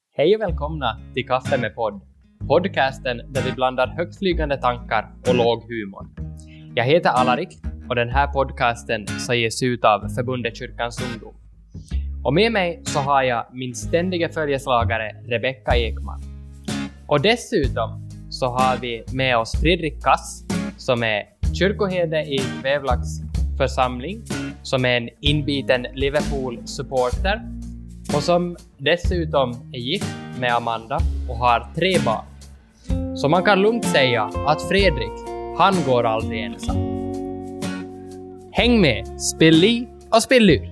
Hej och välkomna till Kaffe med podd. Podcasten där vi blandar högtflygande tankar och låg humor. Jag heter Alarik och den här podcasten så ges ut av Förbundet Kyrkans ungdom. Och med mig så har jag min ständiga följeslagare Rebecka Ekman. Och dessutom så har vi med oss Fredrik Kass som är kyrkoherde i Vävlax församling, som är en inbiten Liverpool-supporter och som dessutom är gift med Amanda och har 3 barn. Så man kan lugnt säga att Fredrik, han går aldrig ensam. Häng med, spill i och spill ur.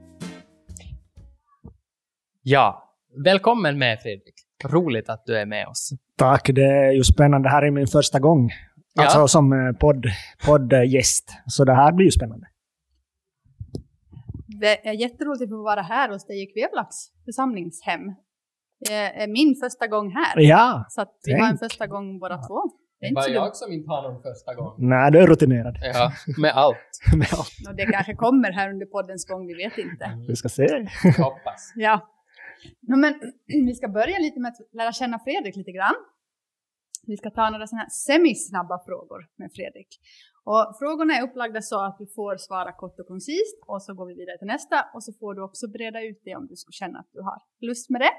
Ja, välkommen med Fredrik. Roligt att du är med oss. Tack, det är ju spännande. Det här är min första gång. Alltså som poddgäst. Så det här blir ju spännande. Det är jätteroligt att få vara här hos dig i Vävlax församlingshem. Det är min första gång här. Ja. Så att vi har en första gång båda två. Det är inte jag som inte har någon första gång. Nej, du är rutinerad. Ja, med allt. Med allt. Och det kanske kommer här under poddens gång, vi vet inte. Vi ska se. Hoppas. Ja. Men vi ska börja lite med att lära känna Fredrik lite grann. Vi ska ta några sådana här semisnabba frågor med Fredrik. Och frågorna är upplagda så att du får svara kort och koncist. Och så går vi vidare till nästa. Och så får du också breda ut det om du skulle känna att du har lust med det.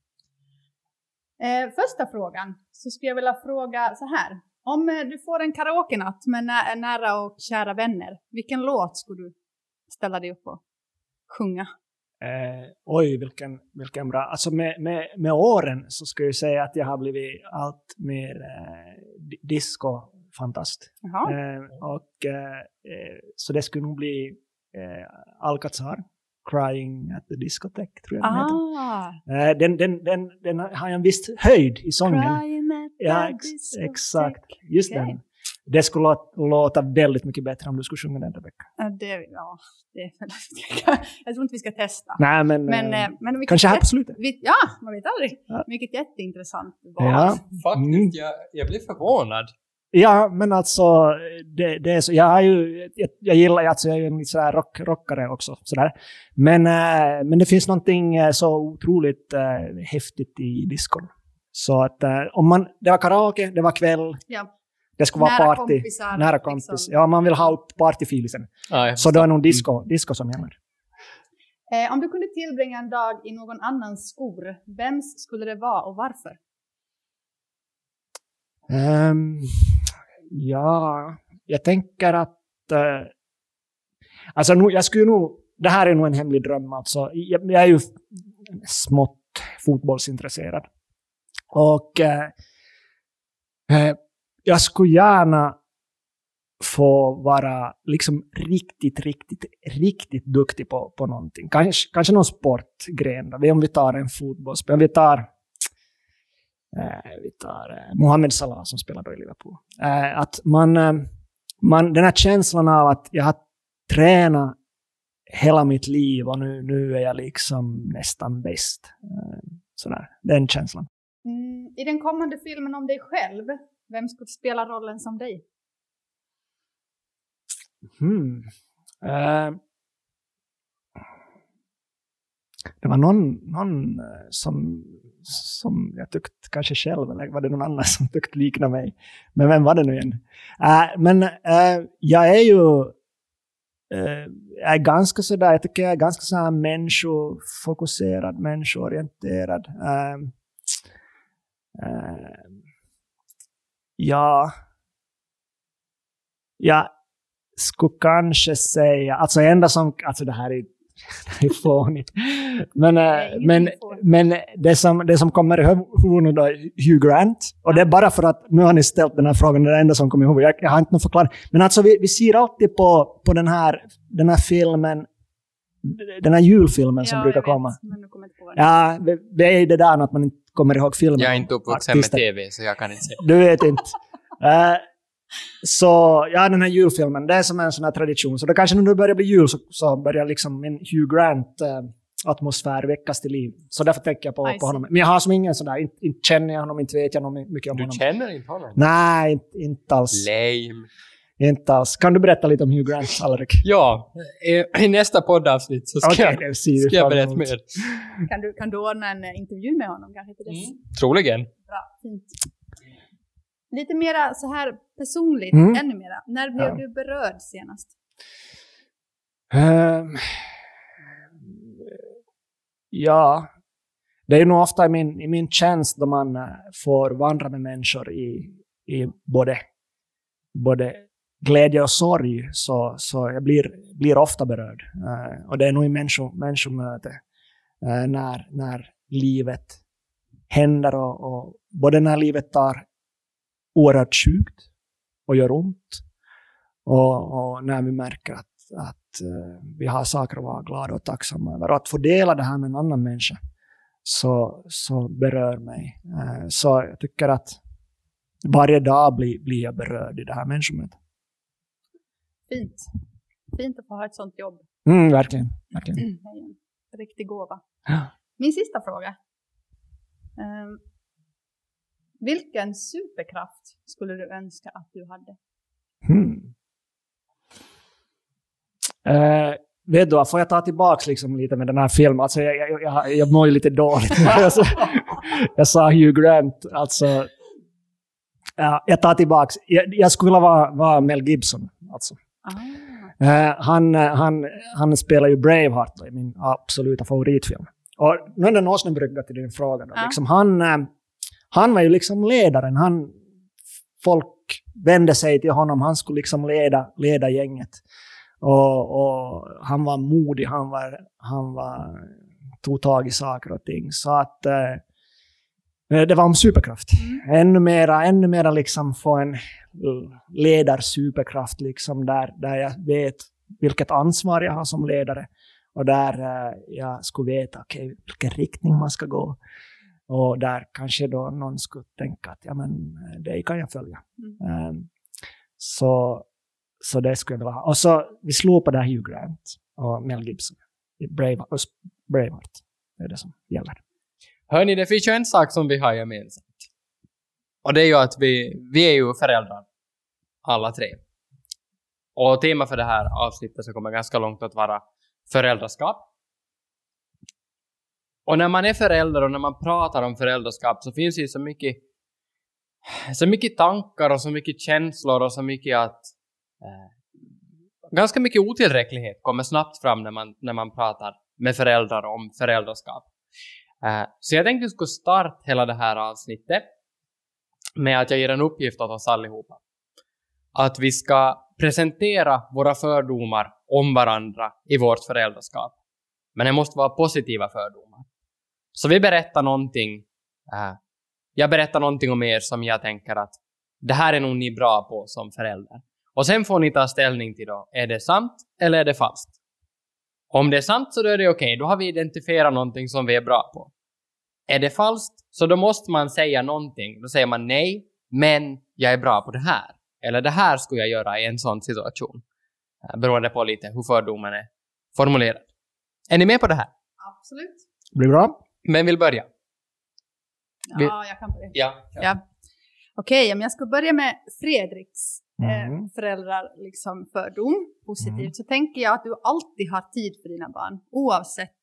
Första frågan så skulle jag vilja fråga så här. Om du får en karaoke-natt med nära och kära vänner. Vilken låt skulle du ställa dig upp och sjunga? Oj, vilken bra. Alltså med åren så skulle jag säga att jag har blivit allt mer disco-fantast. Så det skulle nog bli Alcazar, Crying at the Discotheque, tror jag den heter. Den har en viss höjd i sången. Ja, exakt. Just okay. Den. Det skulle låta väldigt mycket bättre om du skulle sjunga den, Rebecka. Jag tror inte vi ska testa. Nej, men kanske här på slutet. Ja, man vet aldrig. Ja. Vilket jätteintressant val. Ja. Faktiskt, jag blir förvånad. Ja, men alltså det är så, jag gillar alltså, jag är en sån här rockare också sådär. Men det finns någonting så otroligt häftigt i discon. Så att det var karaoke, det var kväll. Ja. Det skulle vara party, nära kompis. Liksom. Ja, man vill ha upp partyfilisen. Så då är nog disco som gäller. Om du kunde tillbringa en dag i någon annans skor, vems skulle det vara och varför? Ja, jag tänker att alltså jag skulle nog, det här är nog en hemlig dröm alltså. Jag är ju smått fotbollsintresserad. Och jag skulle gärna få vara liksom riktigt duktig på någonting. Kanske någon sportgren. Om vi tar en fotbollsspelare. Vi tar Mohamed Salah som spelar då i Liverpool. Att man den här känslan av att jag har tränat hela mitt liv och nu är jag liksom nästan bäst. Sådär, den känslan. I den kommande filmen om dig själv, vem skulle spela rollen som dig? Det var någon som jag tyckte kanske själv, eller var det någon annan som tyckte likna mig? Men vem var det nu igen? Jag är ju jag är ganska sådär, jag tycker jag är ganska så här människofokuserad, människoorienterad. Jag skulle kanske säga, alltså enda som, alltså det här är fånigt, men det som kommer i huvudet då är Hugh Grant, och det är bara för att nu har ni ställt den här frågan, det är det enda som kommer i huvudet, jag har inte någon förklaring, men alltså vi ser alltid på den här filmen, den här julfilmen som brukar komma. Ja, det är det där att man inte kommer ihåg filmen. Jag är inte uppvuxen med tv, så jag kan inte se. Du vet inte. Så ja, den här julfilmen, det är som en sån här tradition. Så då kanske när det börjar bli jul så börjar liksom en Hugh Grant atmosfär väckas till liv. Så därför tänker jag på honom. Men jag har som ingen sån där, inte känner jag honom, inte vet jag något mycket om honom. Du känner inte honom? Nej, inte alls. Lame. Inte alls. Kan du berätta lite om Hugh Grant, Alrik? Ja, i nästa poddavsnitt så ska jag berätta mer. Kan du ordna en intervju med honom kanske till dess? Troligen. Bra, fint. Lite mera så här personligt, ännu mera. När blev du berörd senast? Ja, det är nog ofta i min tjänst då man får vandra med människor i både glädje och sorg, så jag blir ofta berörd. Och det är nog i människomöte när livet händer och både när livet tar oerhört sjukt och gör ont och när vi märker att vi har saker att vara glada och tacksamma över. Och att få dela det här med en annan människa så berör mig. Så jag tycker att varje dag blir jag berörd i det här människomötet. Fint att få ha ett sånt jobb. Verkligen. En riktig gåva. Ja. Min sista fråga. Vilken superkraft skulle du önska att du hade? Vet du, får jag ta tillbaka liksom lite med den här filmen? Alltså jag mår ju lite dåligt. Jag sa Hugh Grant, alltså jag tar tillbaka. Jag skulle vilja vara Mel Gibson, alltså. Han spelar ju Braveheart då, i min absoluta favoritfilm. Och nu är det någon brygga till din fråga då. Liksom, han var ju liksom ledaren. Folk vände sig till honom. Han skulle liksom leda gänget. Och han var modig. Han tog tag i saker och ting. Så att det var en superkraft. Ännu mera liksom få en ledarsuperkraft liksom där jag vet vilket ansvar jag har som ledare. Och där jag skulle veta vilken riktning man ska gå. Och där kanske då någon skulle tänka att det kan jag följa. Så det skulle jag vilja ha. Och så vi slår på det här Hugh Grant och Mel Gibson. Braveheart. Det är det som gäller. Hörni, det finns ju en sak som vi har gemensamt. Och det är ju att vi är ju föräldrar. Alla tre. Och tema för det här avsnittet så kommer ganska långt att vara föräldraskap. Och när man är förälder och när man pratar om föräldraskap så finns ju så mycket tankar och så mycket känslor och så mycket att ganska mycket otillräcklighet kommer snabbt fram när man pratar med föräldrar om föräldraskap. Så jag tänkte att vi skulle starta hela det här avsnittet med att jag ger en uppgift åt oss allihopa. Att vi ska presentera våra fördomar om varandra i vårt föräldraskap. Men det måste vara positiva fördomar. Så vi berättar någonting. Jag berättar någonting om er som jag tänker att det här är nog ni bra på som förälder. Och sen får ni ta ställning till då. Är det sant eller är det falskt? Om det är sant så då är det okej. Då har vi identifierat någonting som vi är bra på. Är det falskt så då måste man säga någonting. Då säger man nej, men jag är bra på det här. Eller det här skulle jag göra i en sån situation. Beroende på lite hur fördomen är formulerad. Är ni med på det här? Absolut. Blir bra. Vem vill börja? Ja, jag kan börja. Ja. Okej, men jag ska börja med Fredriks föräldrar liksom fördom. Positivt. Så tänker jag att du alltid har tid för dina barn. Oavsett.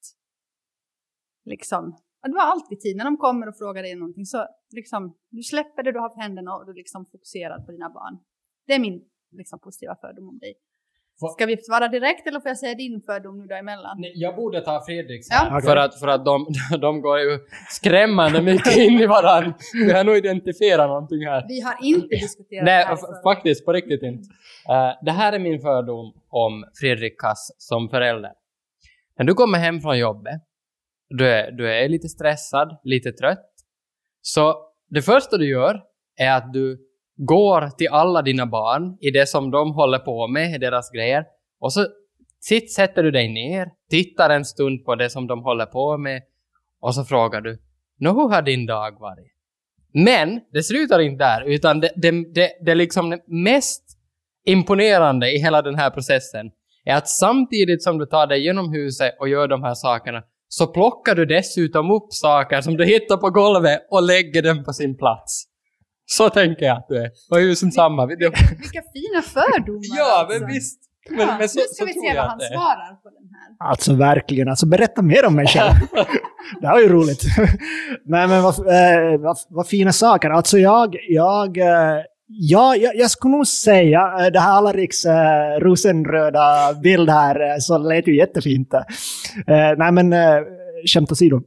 Liksom. Du har alltid tid. När de kommer och frågar dig någonting så liksom, du släpper det du har för händerna och du liksom fokuserar på dina barn. Det är min liksom, positiva fördom om dig. Ska vi svara direkt eller får jag säga din fördom nu däremellan? Nej, jag borde ta Fredriks här, för att de går ju skrämmande mycket in i varandra. Vi har nog identifierat någonting här. Vi har inte diskuterat det här. Nej, faktiskt, på riktigt inte. Det här är min fördom om Fredrik Kass som förälder. När du kommer hem från jobbet, du är lite stressad, lite trött. Så det första du gör är att du går till alla dina barn i det som de håller på med, i deras grejer. Och så sätter du dig ner, tittar en stund på det som de håller på med. Och så frågar du, hur har din dag varit? Men det slutar inte där, utan det liksom det mest imponerande i hela den här processen är att samtidigt som du tar dig genom huset och gör de här sakerna så plockar du dessutom upp saker som du hittar på golvet och lägger dem på sin plats. Så tänker jag att du är. Och ju som samma. Vilka fina fördomar. Ja, alltså. men visst. Ja, Men nu så ska vi tror se jag vad att han det är. svarar på den här. Alltså verkligen, alltså berätta mer om mig själv. Det här var ju roligt. Nej men vad fina saker. Alltså jag skulle nog säga, det här Alariks rosenröda bild här, så lät ju jättefint. Nej men, skämt åsido.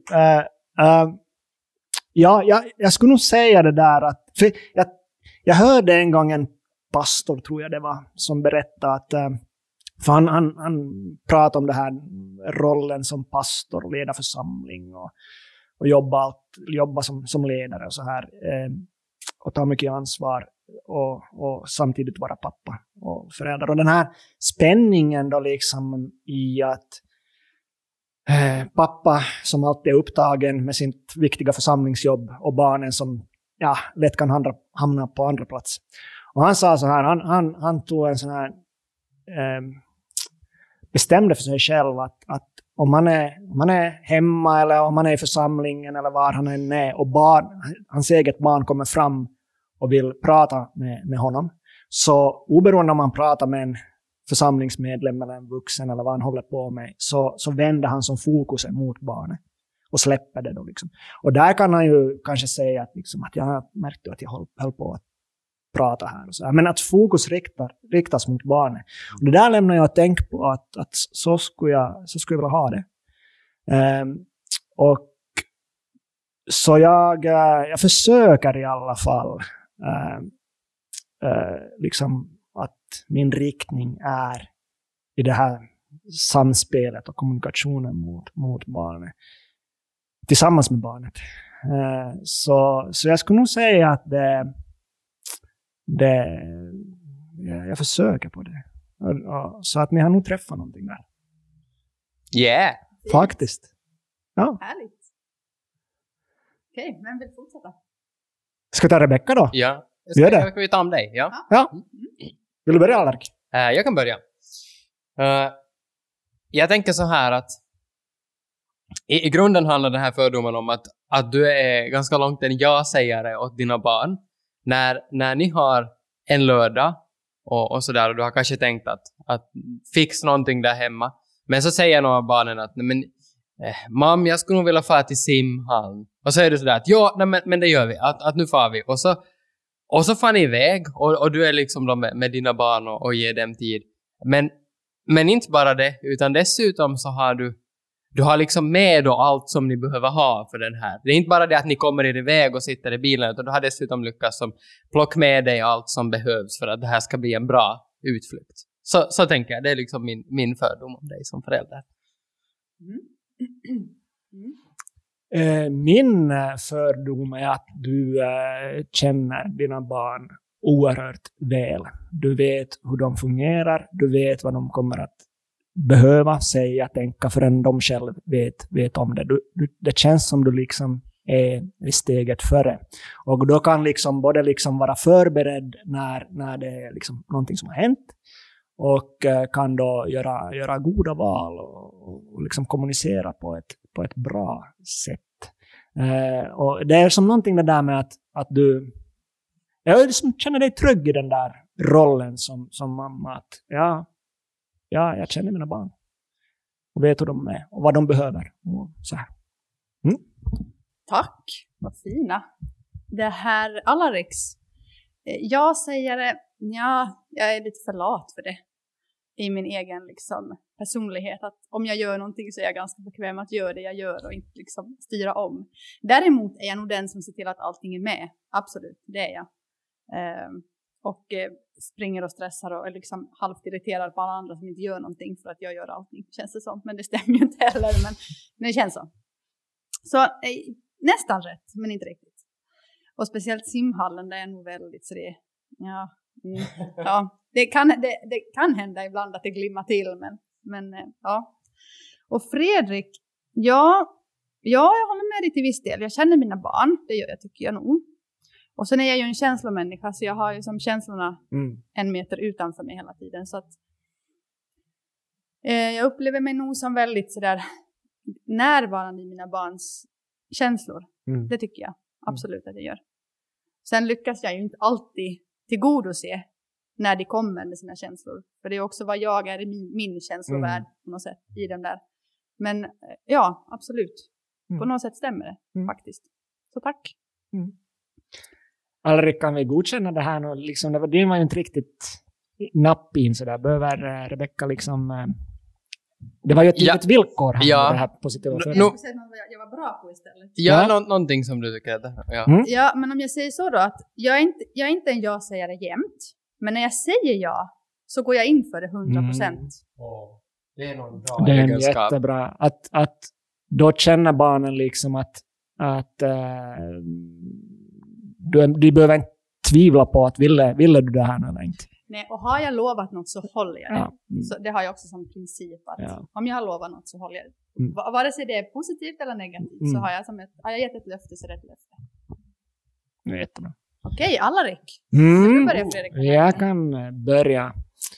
Jag skulle nog säga det där att, för jag hörde en gång en pastor, tror jag det var, som berättade att för han pratade om det här rollen som pastor, leda församling och jobba som ledare och så här, och ta mycket ansvar och samtidigt vara pappa och förälder. Och den här spänningen då liksom i att pappa som alltid är upptagen med sitt viktiga församlingsjobb och barnen som lätt kan hamna på andra plats. Och han sa så här, han tog en sån här bestämde för sig själv att om man är hemma eller om man är i församlingen eller var han än är och hans eget barn kommer fram och vill prata med honom, så oberoende om man pratar med en församlingsmedlem eller en vuxen eller vad han håller på med, så vänder han som fokusen mot barnet och släpper det då liksom. Och där kan han ju kanske säga att, liksom, att jag märkte att jag höll på att prata här och så. Men att fokus riktas mot barnet. Och det där lämnar jag att tänka på att så skulle jag vilja ha det. Och så jag försöker i alla fall liksom att min riktning är i det här samspelet och kommunikationen mot barnet tillsammans med barnet. Så jag skulle nog säga att jag försöker på det. Så att ni har nog träffat någonting där. Yeah. Faktiskt. Ja. Härligt. Okej, vem vill fortsätta? Ska vi ta Rebecka då? Ja. Gör det. Ska vi ta om dig? Ja. Ja. Vill du börja, Alark? Jag kan börja. Jag tänker så här att i grunden handlar den här fördomen om att du är ganska långt en ja-sägare åt dina barn. När ni har en lördag och sådär, och du har kanske tänkt att fixa någonting där hemma. Men så säger några av barnen att mam, jag skulle nog vilja fara till simhallen. Och så är det sådär att men det gör vi. Att nu far vi. Och så far ni iväg och du är liksom då med dina barn och ger dem tid. Men inte bara det, utan dessutom så har du har liksom med då allt som ni behöver ha för den här. Det är inte bara det att ni kommer iväg och sitter i bilen, utan du har dessutom lyckats plocka med dig allt som behövs för att det här ska bli en bra utflykt. Så tänker jag, det är liksom min fördom om dig som förälder. Min fördom är att du känner dina barn oerhört väl. Du vet hur de fungerar, du vet vad de kommer att behöva säga, tänka förrän de själv vet om det. Det känns som du liksom är i steget före. Och då kan liksom både liksom vara förberedd när det är liksom någonting som har hänt, och kan då göra goda val och liksom kommunicera på ett bra sätt. Och det är som någonting det där med att du liksom känner dig trygg i den där rollen som mamma. Att jag känner mina barn och vet hur de är och vad de behöver. Och så här. Tack, vad fina. Det här Alarix. Jag säger det, jag är lite för lat för det. I min egen liksom personlighet. Att om jag gör någonting så är jag ganska bekväm att göra det jag gör och inte liksom styra om. Däremot är jag nog den som ser till att allting är med. Absolut, det är jag. Och springer och stressar och är liksom halvt irriterad på alla andra som inte gör någonting för att jag gör allting, känns det som. Men det stämmer ju inte heller, men det känns så. Så nästan rätt, men inte riktigt. Och speciellt simhallen, där är nog väldigt så det. Ja, det kan hända ibland att det glimmar till, men ja. Och Fredrik, ja, jag håller med dig till viss del. Jag känner mina barn, det gör jag, tycker jag nog. Och sen är jag ju en känslomänniska, så jag har ju som känslorna en meter utanför mig hela tiden. Så att jag upplever mig nog som väldigt sådär närvarande i mina barns känslor. Det tycker jag absolut att jag gör. Sen lyckas jag ju inte alltid tillgodose när de kommer med sina känslor. För det är också vad jag är i min känslovärld på något sätt i den där. Men ja, absolut. På något sätt stämmer det faktiskt. Så tack. Alrik, kan vi godkänna det här nu? Liksom, det var ju inte riktigt napp in så där. Behöver Rebecka liksom... Det var ju ett litet villkor här med det här positiva. Jag skulle säga något jag var bra på istället. Någonting som du tycker att... Ja, men om jag säger så då att jag är inte en ja-sägare jämt. Men när jag säger ja så går jag in för det 100%. Det är någon bra det är egenskap. Jättebra. Att då känner barnen liksom att du behöver inte tvivla på att ville du det här eller inte. Nej, och har jag lovat något så håller jag det. Så det har jag också som princip att om jag har lovat något så håller jag det. Vare sig det är positivt eller negativt så har jag gett ett löfte så är det ett löfte. Det är jättebra. Okej, Alrik. Du börjar, Fredrik. Jag kan börja.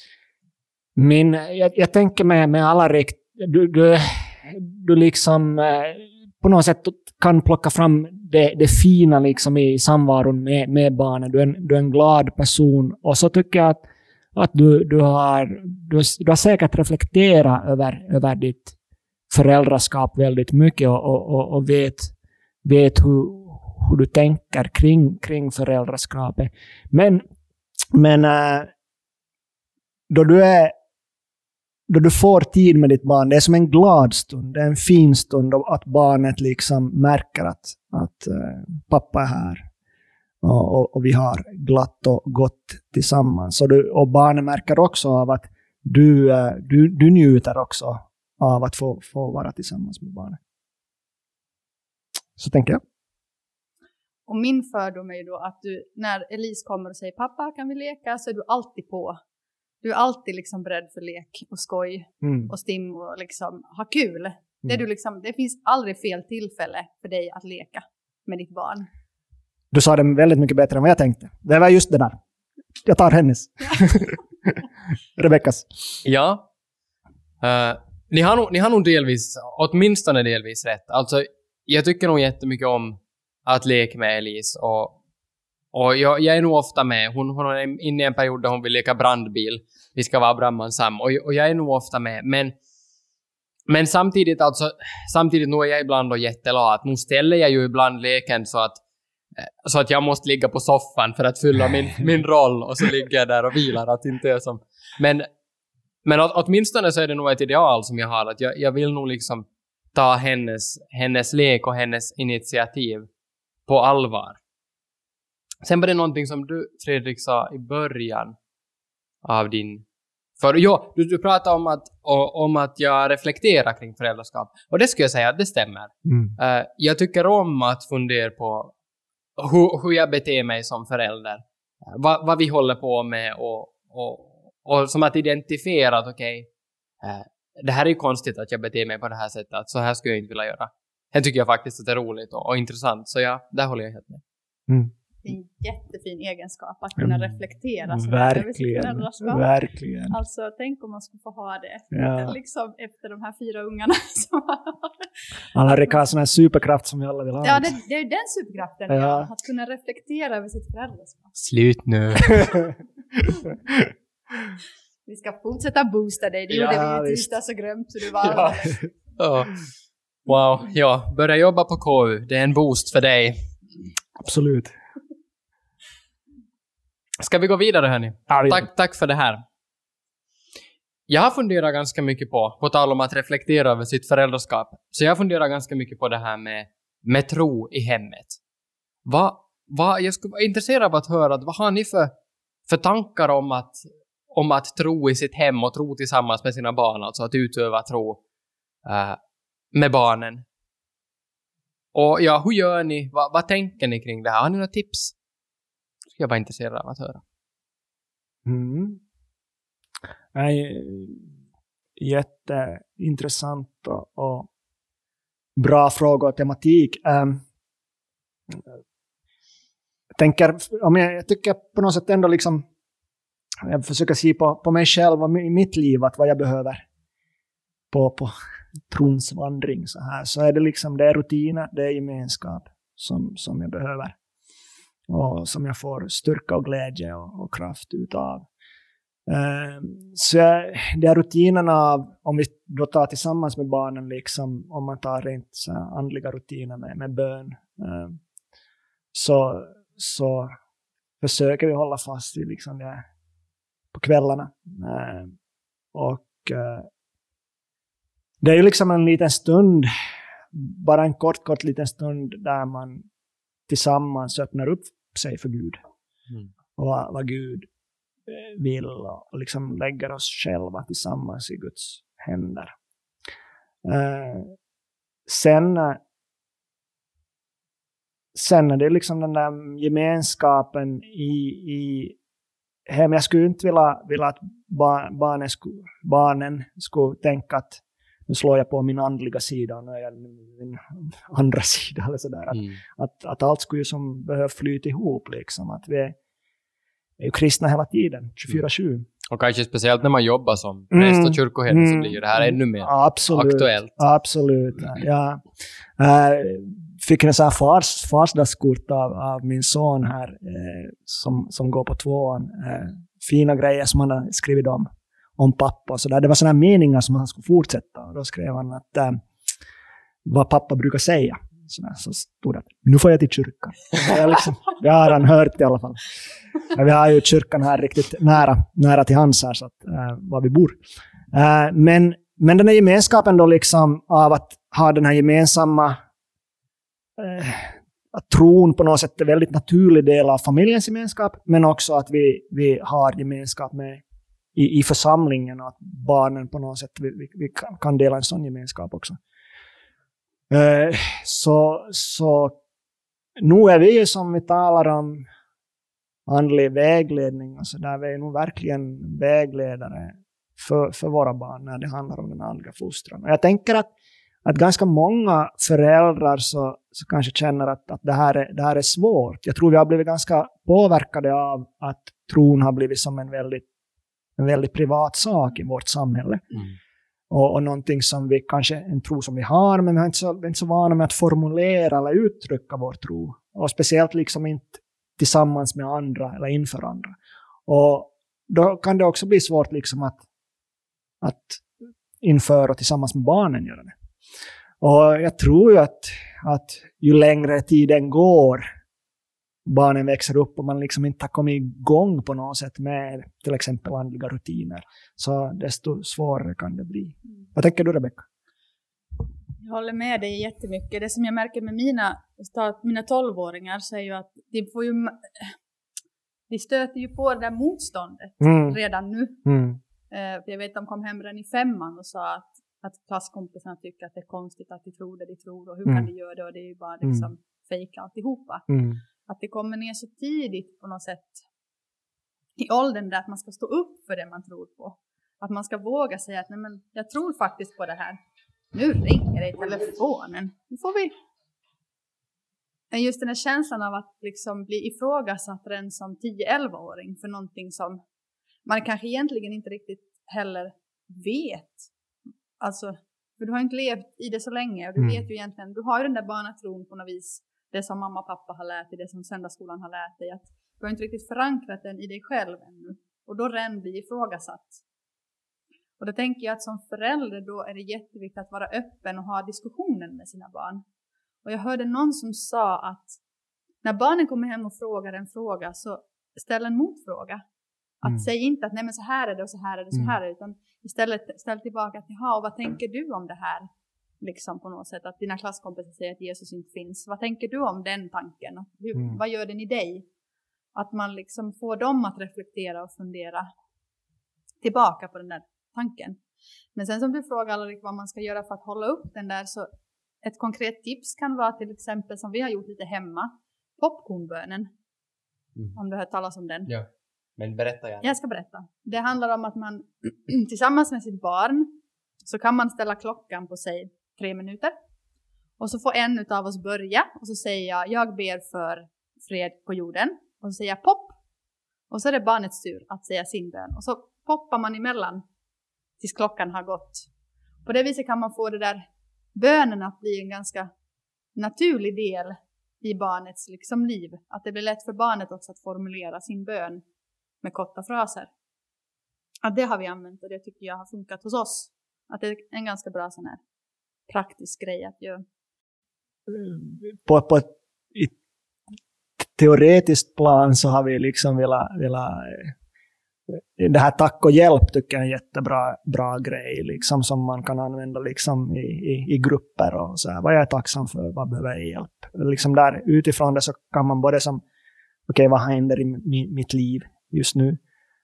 Jag tänker med Alrik, du liksom på något sätt kan plocka fram det fina liksom i samvaron med barnen. Du är en glad person. Och så tycker jag att du har säkert reflekterat över ditt föräldraskap väldigt mycket och vet hur du tänker kring föräldraskapet. Men då du får tid med ditt barn, det är som en glad stund, det är en fin stund att barnet liksom märker att pappa är här och vi har glatt och gott tillsammans. Och barnet märker också av att du njuter också av att få vara tillsammans med barnet. Så tänker jag. Och min fördom är ju då att när Elise kommer och säger pappa kan vi leka, så är du alltid på. Du är alltid liksom beredd för lek och skoj och stim och liksom ha kul. Det finns aldrig fel tillfälle för dig att leka med ditt barn. Du sa det väldigt mycket bättre än vad jag tänkte. Det var just det där. Jag tar hennes. Rebeckas. Ja. Ni har nog åtminstone delvis rätt. Alltså, jag tycker nog jättemycket om att leka med Elise och jag är nog ofta med. Hon är inne i en period där hon vill leka brandbil. Vi ska vara brandmansam. Och jag är nog ofta med. Men samtidigt nu är jag ibland då jättelat. Nu ställer jag ju ibland leken så att jag måste ligga på soffan för att fylla min roll. Och så ligger jag där och vilar. Att inte är som... Men åtminstone så är det nog ett ideal som jag har. Att jag vill nog liksom ta hennes lek och hennes initiativ på allvar. Sen var det någonting som du, Fredrik, sa i början av din... Du pratade om att jag reflekterar kring föräldraskap. Och det skulle jag säga att det stämmer. Jag tycker om att fundera på hur jag beter mig som förälder. Vad vi håller på med och som att identifiera att det här är ju konstigt att jag beter mig på det här sättet. Så här skulle jag inte vilja göra. Det tycker jag faktiskt att det är roligt och intressant. Så ja, där håller jag helt med. Det är en jättefin egenskap att kunna reflektera. Verkligen. Alltså, tänk om man skulle få ha det. Liksom efter de här 4 ungarna. Alla har sån här superkraft som vi alla vill ha. Ja, det är ju den superkraften. Att kunna reflektera över sitt föräldraskap. Slut nu. Vi ska fortsätta boosta dig. Det gjorde vi i tisdags och grömt så du var Wow, börja jobba på KU. Det är en boost för dig. Absolut. Ska vi gå vidare, hörni? Tack för det här. Jag har funderat ganska mycket på tal om att reflektera över sitt föräldraskap. Så jag funderar ganska mycket på det här med tro i hemmet. Jag skulle vara intresserad av att höra, vad har ni för tankar om att tro i sitt hem och tro tillsammans med sina barn, alltså att utöva tro med barnen. Och hur gör ni? Vad tänker ni kring det här? Har ni några tips? Ska jag vara intresserad av att höra. Jätteintressant och bra fråga och tematik. Jag tycker på något sätt ändå liksom jag försöker se på mig själv och i mitt liv att vad jag behöver på trons vandring så här, så är det liksom det är rutiner, det är gemenskap som jag behöver. och som jag får styrka och glädje och kraft utav. Så de här rutinerna, om vi då tar tillsammans med barnen, liksom, om man tar rent så här andliga rutiner med bön, så försöker vi hålla fast vid liksom det på kvällarna. Och det är ju liksom en liten stund, bara en kort liten stund där man tillsammans öppnar upp sig för Gud. Och vad Gud vill, och liksom lägger oss själva tillsammans i Guds händer. Sen är det liksom den där gemenskapen i hem. Jag skulle inte vilja att barnen skulle tänka att nu slår jag på min andliga sida och nu är jag min andra sida. Eller sådär. Att allt skulle ju som behöva flyta ihop. Liksom. Att vi är ju kristna hela tiden, 24/7. Och kanske speciellt när man jobbar som präst och kyrkoherde så blir det här ännu mer aktuellt. Absolut. Ja. Fick en sån här farsdagskort av min son här som går på 2:an. Fina grejer som han har skrivit om pappa och sådär. Det var sådana meningar som han skulle fortsätta. Och då skrev han att vad pappa brukar säga. Så stod det att nu får jag till kyrkan. Det har han hört i alla fall. Vi har ju kyrkan här riktigt nära till hans här, så att, var vi bor. Men den här gemenskapen då liksom av att ha den här gemensamma att tron på något sätt är en väldigt naturlig del av familjens gemenskap, men också att vi har gemenskap med i församlingen och att barnen på något sätt vi kan dela en sån gemenskap också. Så nu är vi ju, som vi talar om andlig vägledning och så där, vi är nog verkligen vägledare för våra barn när det handlar om den andliga fostran. Och jag tänker att ganska många föräldrar så kanske känner att det här är svårt. Jag tror vi har blivit ganska påverkade av att tron har blivit som en väldigt privat sak i vårt samhälle. Och någonting som vi kanske, en tro som vi har, men vi är inte så vana med att formulera eller uttrycka vår tro. Och speciellt liksom inte tillsammans med andra eller inför andra. Och då kan det också bli svårt liksom att införa tillsammans med barnen göra det. Och jag tror ju att ju längre tiden går, barnen växer upp och man liksom inte har kommit igång på något sätt med till exempel andliga rutiner, så desto svårare kan det bli. Vad tänker du, Rebecka? Jag håller med dig jättemycket. Det som jag märker med mina 12-åringar så är ju att de stöter ju på det där motståndet redan nu. Jag vet att de kom hem redan i 5:an och sa att klasskompisarna tycker att det är konstigt att de tror det de tror, och hur kan de göra det, och det är ju bara liksom fejka alltihopa. Att det kommer ner så tidigt på något sätt i åldern där att man ska stå upp för det man tror på. Att man ska våga säga att nej, men jag tror faktiskt på det här. Nu ringer det i telefonen. Nu får vi. Men just den här känslan av att liksom bli ifrågasatt redan som 10-11-åring för någonting som man kanske egentligen inte riktigt heller vet. Alltså, för du har inte levt i det så länge, och du vet ju egentligen, du har ju den där barnatron på något vis. Det som mamma och pappa har lärt dig, det som söndagsskolan har lärt dig. Att du har inte riktigt förankrat den i dig själv ännu. Och då redan blir ifrågasatt. Och då tänker jag att som förälder då är det jätteviktigt att vara öppen och ha diskussionen med sina barn. Och jag hörde någon som sa att när barnen kommer hem och frågar en fråga, så ställ en motfråga. Att säg inte att nej, men så här är det och så här är det så här är det, utan istället ställ tillbaka att jaha, vad tänker du om det här? Liksom på något sätt att dina klasskompisar säger att Jesus inte finns. Vad tänker du om den tanken? Vad gör den i dig? Att man liksom får dem att reflektera och fundera tillbaka på den där tanken. Men sen som du frågar Alrik, vad man ska göra för att hålla upp den där, så ett konkret tips kan vara till exempel som vi har gjort lite hemma, popcornbönen. Om du har hört talas om den. Ja, men berätta gärna. Jag ska berätta. Det handlar om att man tillsammans med sitt barn så kan man ställa klockan på sig 3 minuter. Och så får en av oss börja. Och så säger jag ber för fred på jorden. Och så säger jag pop. Och så är det barnets tur att säga sin bön. Och så poppar man emellan tills klockan har gått. På det viset kan man få det där bönen att bli en ganska naturlig del i barnets liksom liv. Att det blir lätt för barnet också att formulera sin bön med korta fraser. Att det har vi använt och det tycker jag har funkat hos oss. Att det är en ganska bra sån här praktisk grej att göra. På ett teoretiskt plan så har vi liksom velat det här tack och hjälp tycker jag är en jättebra grej liksom, som man kan använda liksom i grupper och så här, vad jag är tacksam för, vad behöver jag hjälp liksom där utifrån det så kan man både som okej, vad händer i mitt liv just nu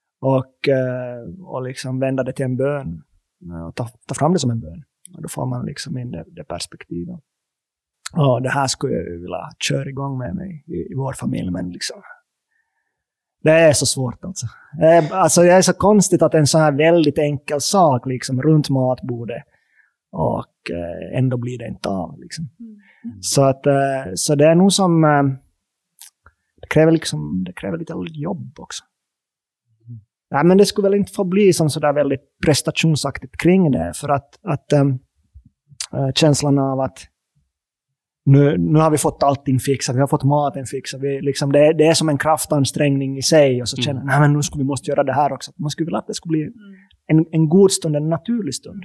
och liksom vända det till en bön och ta fram det som en bön och då får man liksom in det perspektivet. Och det här skulle jag vilja köra igång med mig i vår familj, men liksom det är så svårt alltså. Alltså det är så konstigt att en sån här väldigt enkel sak liksom runt matbordet och ändå blir det inte av liksom. Så det är nog som det kräver lite jobb också. Ja, men det skulle väl inte få bli som så där väldigt prestationsaktigt kring det för att känslan av att nu har vi fått allting fixat, vi har fått maten fixat, liksom det är som en kraftansträngning i sig och så känner nej men nu måste göra det här också. Man skulle vilja att det skulle bli en god stund, en naturlig stund.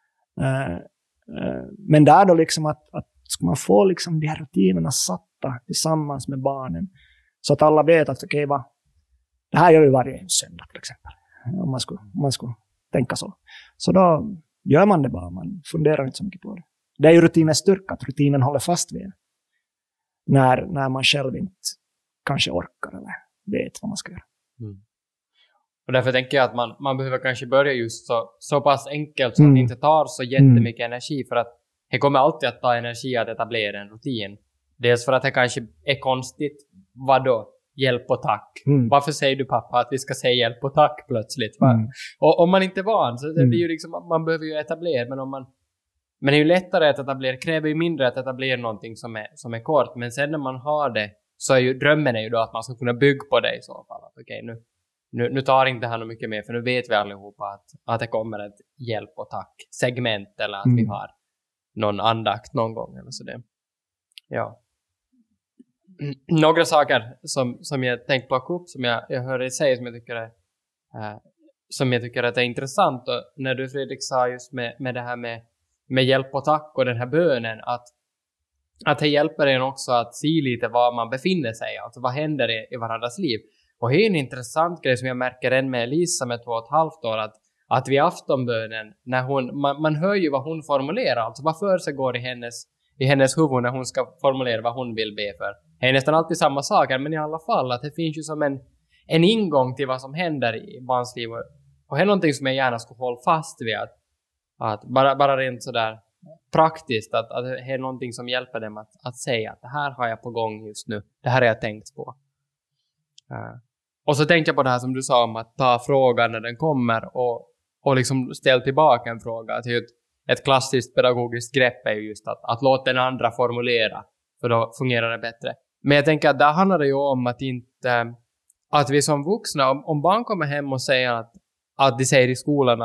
Men där då liksom att ska man få liksom de här rutinerna satta tillsammans med barnen så att alla vet att okej, det här gör vi varje söndag till exempel. Om man skulle tänka så. Så då gör man det bara, man funderar inte så mycket på det. Det är ju rutinens styrka, att rutinen håller fast vid när man själv inte kanske orkar eller vet vad man ska göra. Och därför tänker jag att man behöver kanske börja just så pass enkelt så att det inte tar så jättemycket energi, för att det kommer alltid att ta energi att etablera en rutin. Dels för att det kanske är konstigt, vadå? Hjälp och tack. Varför säger du pappa att vi ska säga hjälp och tack plötsligt? Och om man inte är van så det blir ju liksom, man behöver ju etablera, men det är ju lättare att etablera, kräver ju mindre att etablera någonting som är kort. Men sen när man har det så är ju drömmen är ju då att man ska kunna bygga på det i så fall. Att okej, nu tar inte här något mycket mer, för nu vet vi allihopa att det kommer ett hjälp och tack segment eller att vi har någon andakt någon gång eller så det. Ja. Några saker som jag tänkt plocka upp som jag hör dig säga som jag tycker att är intressant, och när du Fredrik sa just med det här med hjälp och tack och den här bönen, att det hjälper en också att se lite var man befinner sig, alltså vad händer i varandras liv. Och det är en intressant grej som jag märker än med Elisa med 2,5 år, att vid aftonbönen, när man hör ju vad hon formulerar, alltså vad för sig går i hennes huvud när hon ska formulera vad hon vill be för. Det är nästan alltid samma saker, men i alla fall att det finns ju som en ingång till vad som händer i barns liv. Och det är någonting som jag gärna skulle hålla fast vid, att bara rent sådär praktiskt, att det är någonting som hjälper dem att säga att det här har jag på gång just nu, det här har jag tänkt på. Och så tänkte jag på det här som du sa om att ta frågan när den kommer och liksom ställa tillbaka en fråga. Att ett klassiskt pedagogiskt grepp är ju just att låta den andra formulera, för då fungerar det bättre. Men jag tänker att där handlar det ju om att vi som vuxna, om barn kommer hem och säger att de säger i skolan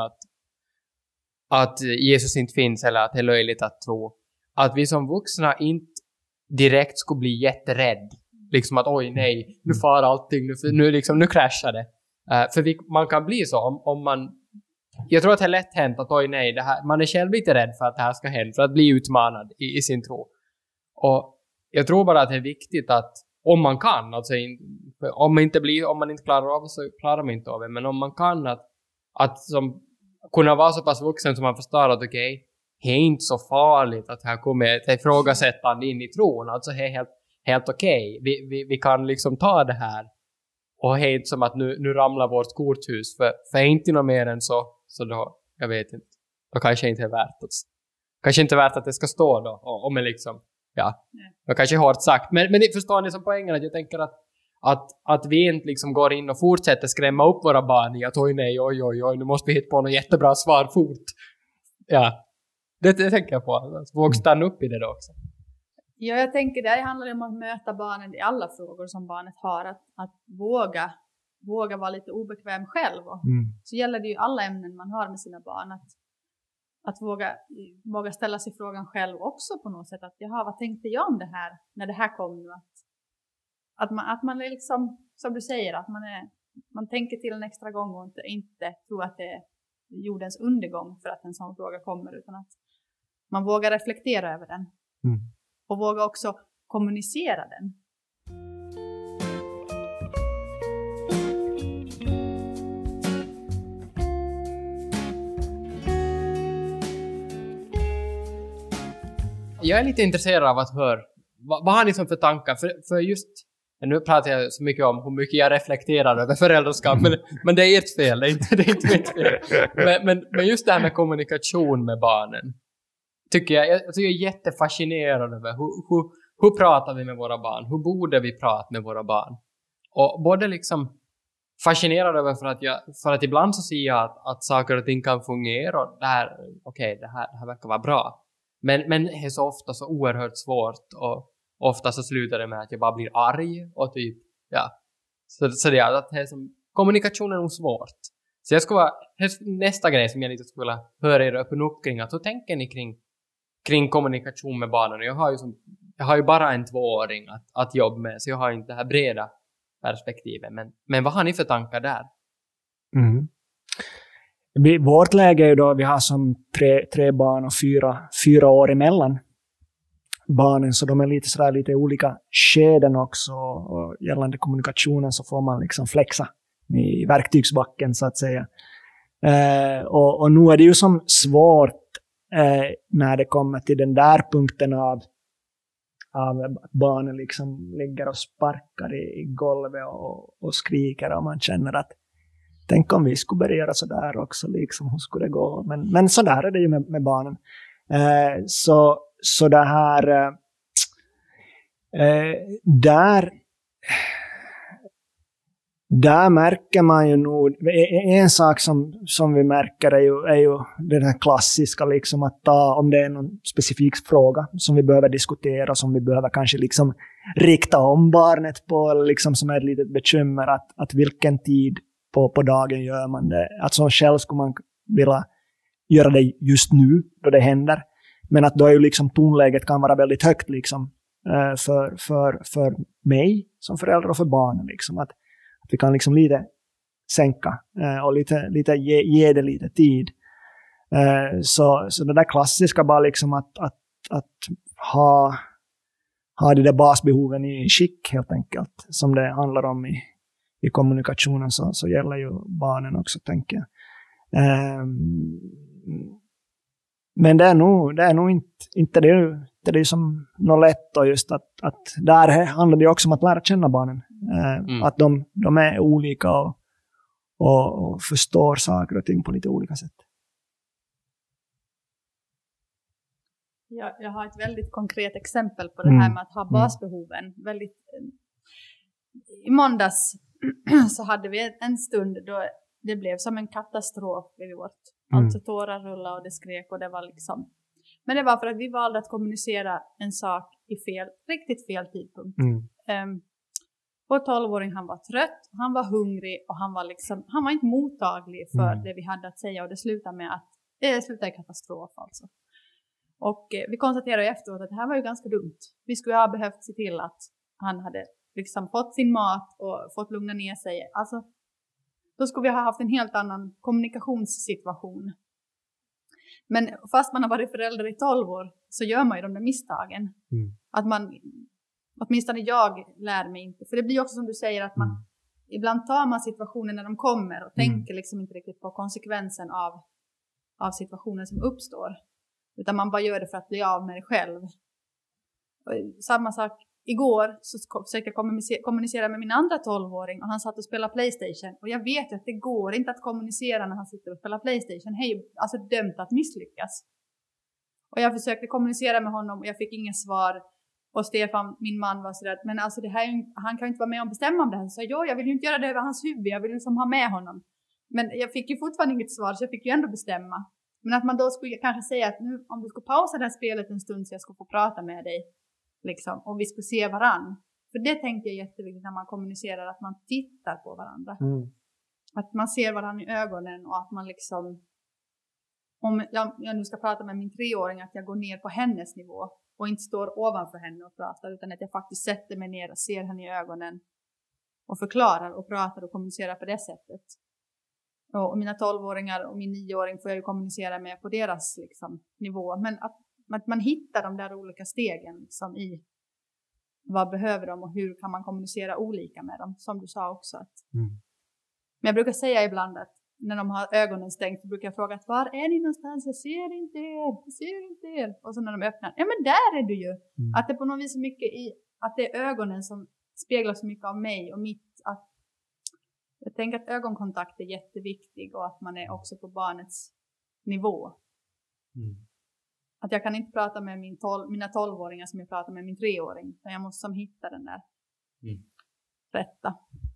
att Jesus inte finns eller att det är löjligt att tro, att vi som vuxna inte direkt skulle bli jätterädd. Liksom att oj nej, nu far allting, nu kraschar det. För man kan bli så om man, jag tror att det är lätt hänt att oj nej, man är själv lite rädd för att det här ska hända, för att bli utmanad i sin tro. Och jag tror bara att det är viktigt att om man kan, alltså om man inte klarar av det så klarar man inte av det, men om man kan att som kunna vara så pass vuxen som man förstår att okej, det är inte så farligt att här kommer ett ifrågasättande in i tron, alltså det är helt okej. Vi kan liksom ta det här, och det är inte som att nu ramlar vårt korthus, för inte något mer än så då, jag vet inte, då kanske inte är värt att kanske inte värt att det ska stå då, om man liksom, ja, det kanske är hårt sagt, men det förstår ni som poängen, att jag tänker att vi inte liksom går in och fortsätter skrämma upp våra barn i att oj nej, oj, nu måste vi hitta på något jättebra svar fort. Ja, det tänker jag på. Alltså, våga stanna upp i det då också. Ja, jag tänker det handlar om att möta barnen i alla frågor som barnet har. Att våga vara lite obekväm själv. Och så gäller det ju alla ämnen man har med sina barn. att våga ställa sig frågan själv också på något sätt. Att jaha, vad tänkte jag om det här när det här kom nu? Att man är liksom, som du säger, att man tänker till en extra gång och inte tror att det är jordens undergång för att en sån fråga kommer, utan att man vågar reflektera över den. Och vågar också kommunicera den. Jag är lite intresserad av att höra, vad har ni som för tankar? För just, nu pratar jag så mycket om hur mycket jag reflekterar över föräldraskap, men det är ert fel, det är inte mitt fel. Men just det här med kommunikation med barnen, tycker jag är jättefascinerad över. Hur pratar vi med våra barn? Hur borde vi prata med våra barn? Och både liksom fascinerad över för att ibland så ser jag att saker och ting kan fungera och det här verkar vara bra. Men det är så ofta så oerhört svårt och ofta så slutar det med att jag bara blir arg och typ, ja. Så det är att det är som, kommunikation är nog svårt. Så jag skulle nästa grej som jag lite skulle vilja höra er öppna upp kring, att hur tänker ni kring kommunikation med barnen? Jag har ju bara en 2-åring att jobba med, så jag har inte det här breda perspektivet. Men vad har ni för tankar där? Vårt läge är ju då vi har som tre barn och fyra år emellan barnen, så de är lite olika skeden också, och gällande kommunikationen så får man liksom flexa i verktygsbacken så att säga. Och nu är det ju som svårt när det kommer till den där punkten av barnen liksom ligger och sparkar i golvet och skriker, och man känner att tänk om vi skulle börja göra sådär också, liksom, hur skulle det gå? Men sådär är det ju med barnen. Så det här där märker man ju nog, en sak som vi märker är ju den här klassiska, liksom, att om det är någon specifik fråga som vi behöver diskutera, som vi behöver kanske liksom rikta om barnet på, liksom, som är ett litet bekymmer, att vilken tid på dagen gör man det. Alltså själv skulle man vilja göra det just nu då det händer. Men att då är ju liksom tonläget kan vara väldigt högt liksom, för mig som förälder och för barnen. Liksom, att vi kan liksom lite sänka och lite ge det lite tid. Så det där klassiska bara liksom att ha de där basbehoven i skick helt enkelt, som det handlar om i kommunikationen, så gäller ju barnen också, tänker jag. Men det är nog inte det är som något lätt, och just att där handlar det också om att lära känna barnen. Att de är olika och förstår saker och ting på lite olika sätt. Jag har ett väldigt konkret exempel på det här med att ha basbehoven. I måndags så hade vi en stund då det blev som en katastrof vid vårt. Alltså tårar rullade och det skrek och det var liksom. Men det var för att vi valde att kommunicera en sak i riktigt fel tidpunkt. Vår 12-åring, han var trött, han var hungrig och han var inte mottaglig för det vi hade att säga, och det slutade med att det slutade i katastrof alltså. Och vi konstaterade efteråt att det här var ju ganska dumt. Vi skulle ha behövt se till att han hade liksom fått sin mat och fått lugna ner sig. Alltså, då skulle vi ha haft en helt annan kommunikationssituation. Men fast man har varit förälder i 12 år så gör man ju de där misstagen. Att åtminstone jag lär mig inte. För det blir också som du säger att man ibland tar man situationen när de kommer och tänker liksom inte riktigt på konsekvensen av situationen som uppstår. Utan man bara gör det för att bli av med det själv. Och samma sak. Igår så försökte jag kommunicera med min andra 12-åring och han satt och spelade PlayStation. Och jag vet att det går inte att kommunicera när han sitter och spelar PlayStation. Hej, alltså dömt att misslyckas. Och jag försökte kommunicera med honom och jag fick inget svar. Och Stefan, min man, var sådär, men alltså det här, han kan inte vara med och bestämma om det här. Så jag vill ju inte göra det över hans huvud, jag vill liksom ha med honom. Men jag fick ju fortfarande inget svar, så jag fick ju ändå bestämma. Men att man då skulle kanske säga att nu, om du skulle pausa det här spelet en stund så jag skulle få prata med dig. Liksom, och vi skulle se varann. För det tänker jag är jätteviktigt när man kommunicerar, att man tittar på varandra. Att man ser varandra i ögonen och att man liksom om jag nu ska prata med min 3-åring, att jag går ner på hennes nivå och inte står ovanför henne och pratar, utan att jag faktiskt sätter mig ner och ser henne i ögonen och förklarar och pratar och kommunicerar på det sättet. Och mina 12-åringar och min 9-åring får jag ju kommunicera med på deras liksom, nivå. Men att man hittar de där olika stegen liksom, i vad behöver de och hur kan man kommunicera olika med dem, som du sa också. Men jag brukar säga ibland att när de har ögonen stängt så brukar jag fråga att var är ni någonstans? Jag ser inte er. Och så när de öppnar, ja men där är du ju. Att det på något vis så mycket i att det är ögonen som speglar så mycket av mig och mitt. Att jag tänker att ögonkontakt är jätteviktig och att man är också på barnets nivå. Att jag kan inte prata med mina 12-åringar som jag pratar med min 3-åring. Utan jag måste hitta den där rätta.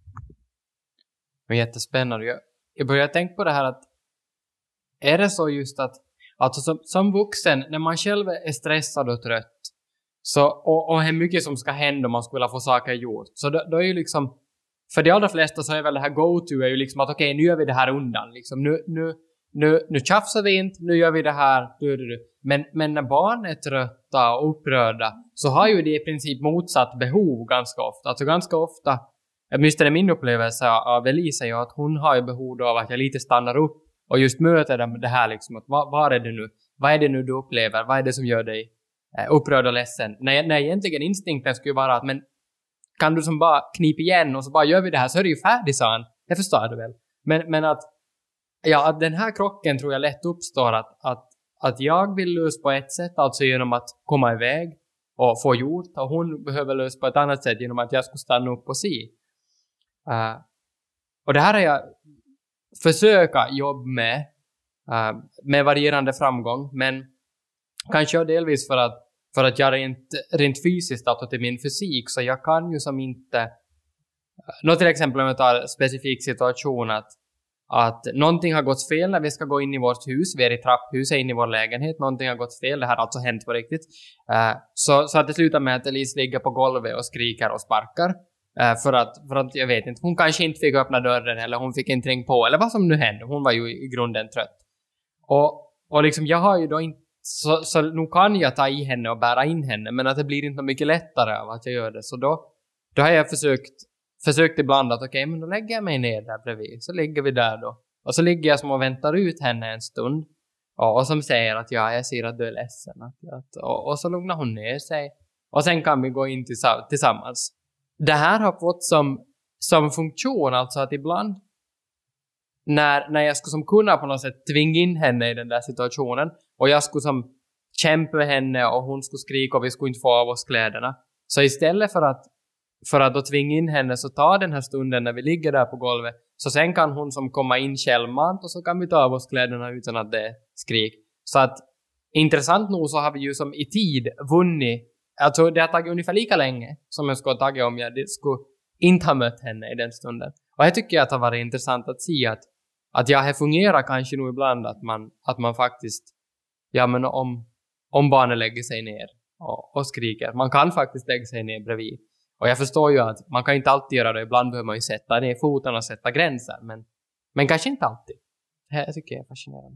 Det är jättespännande. Jag börjar tänka på det här att är det så just att alltså som vuxen när man själv är stressad och trött så, och är mycket som ska hända om man skulle få saker gjort. Så då är ju liksom för de allra flesta så är väl det här go-to är ju liksom att okej, nu gör vi det här undan. Liksom, nu tjafsar vi inte, nu gör vi det här. Men när barn är trötta och upprörda så har ju det i princip motsatt behov ganska ofta. Alltså ganska ofta, åtminstone min upplevelse av Elisa är att hon har ju behov av att jag lite stannar upp och just möter det här liksom. Att vad är det nu? Vad är det nu du upplever? Vad är det som gör dig upprörd och ledsen? När egentligen instinkten skulle vara att men kan du som bara knipa igen och så bara gör vi det här så är det ju färdigt, sa han. Det förstår du väl. Men att den här krocken tror jag lätt uppstår att jag vill lösa på ett sätt, alltså genom att komma iväg och få gjort, och hon behöver lösa på ett annat sätt genom att jag ska stanna upp och se. Och det här har jag försöka jobba med varierande framgång, men kanske delvis för att jag rent fysiskt alltså till min fysik, så jag kan ju som inte till exempel om jag tar en specifik situation att någonting har gått fel när vi ska gå in i vårt hus, vi är i trapphuset in i vår lägenhet, någonting har gått fel, det här har alltså hänt på riktigt, så att det slutar med att Elise ligger på golvet och skriker och sparkar för att jag vet inte, hon kanske inte fick öppna dörren eller hon fick inte ringa på eller vad som nu hände, hon var ju i grunden trött och liksom jag har ju då inte så nu kan jag ta i henne och bära in henne, men att det blir inte mycket lättare av att jag gör det, så då har jag försökt ibland att okej, men då lägger jag mig ner där bredvid. Så ligger vi där då. Och så ligger jag som och väntar ut henne en stund. Och som säger att jag ser att du är ledsen. Och så lugnar hon ner sig. Och sen kan vi gå in tillsammans. Det här har fått som funktion alltså att ibland när jag skulle som kunna på något sätt tvinga in henne i den där situationen. Och jag skulle som kämpa med henne och hon skulle skrika och vi skulle inte få av oss kläderna. Så istället för att då tvinga in henne så tar den här stunden när vi ligger där på golvet. Så sen kan hon som komma in självmant och så kan vi ta av oss kläderna utan att det skrik. Så att intressant nog så har vi ju som i tid vunnit. Alltså det har tagit ungefär lika länge som jag skulle ha tagit om jag skulle inte ha mött henne i den stunden. Och jag tycker att det har varit intressant att se att jag har fungerat kanske nog ibland att man faktiskt, ja men om barnen lägger sig ner och skriker. Man kan faktiskt lägga sig ner bredvid. Och jag förstår ju att man kan inte alltid göra det. Ibland behöver man ju sätta ner foten och sätta gränser. Men kanske inte alltid. Det tycker jag är fascinerande.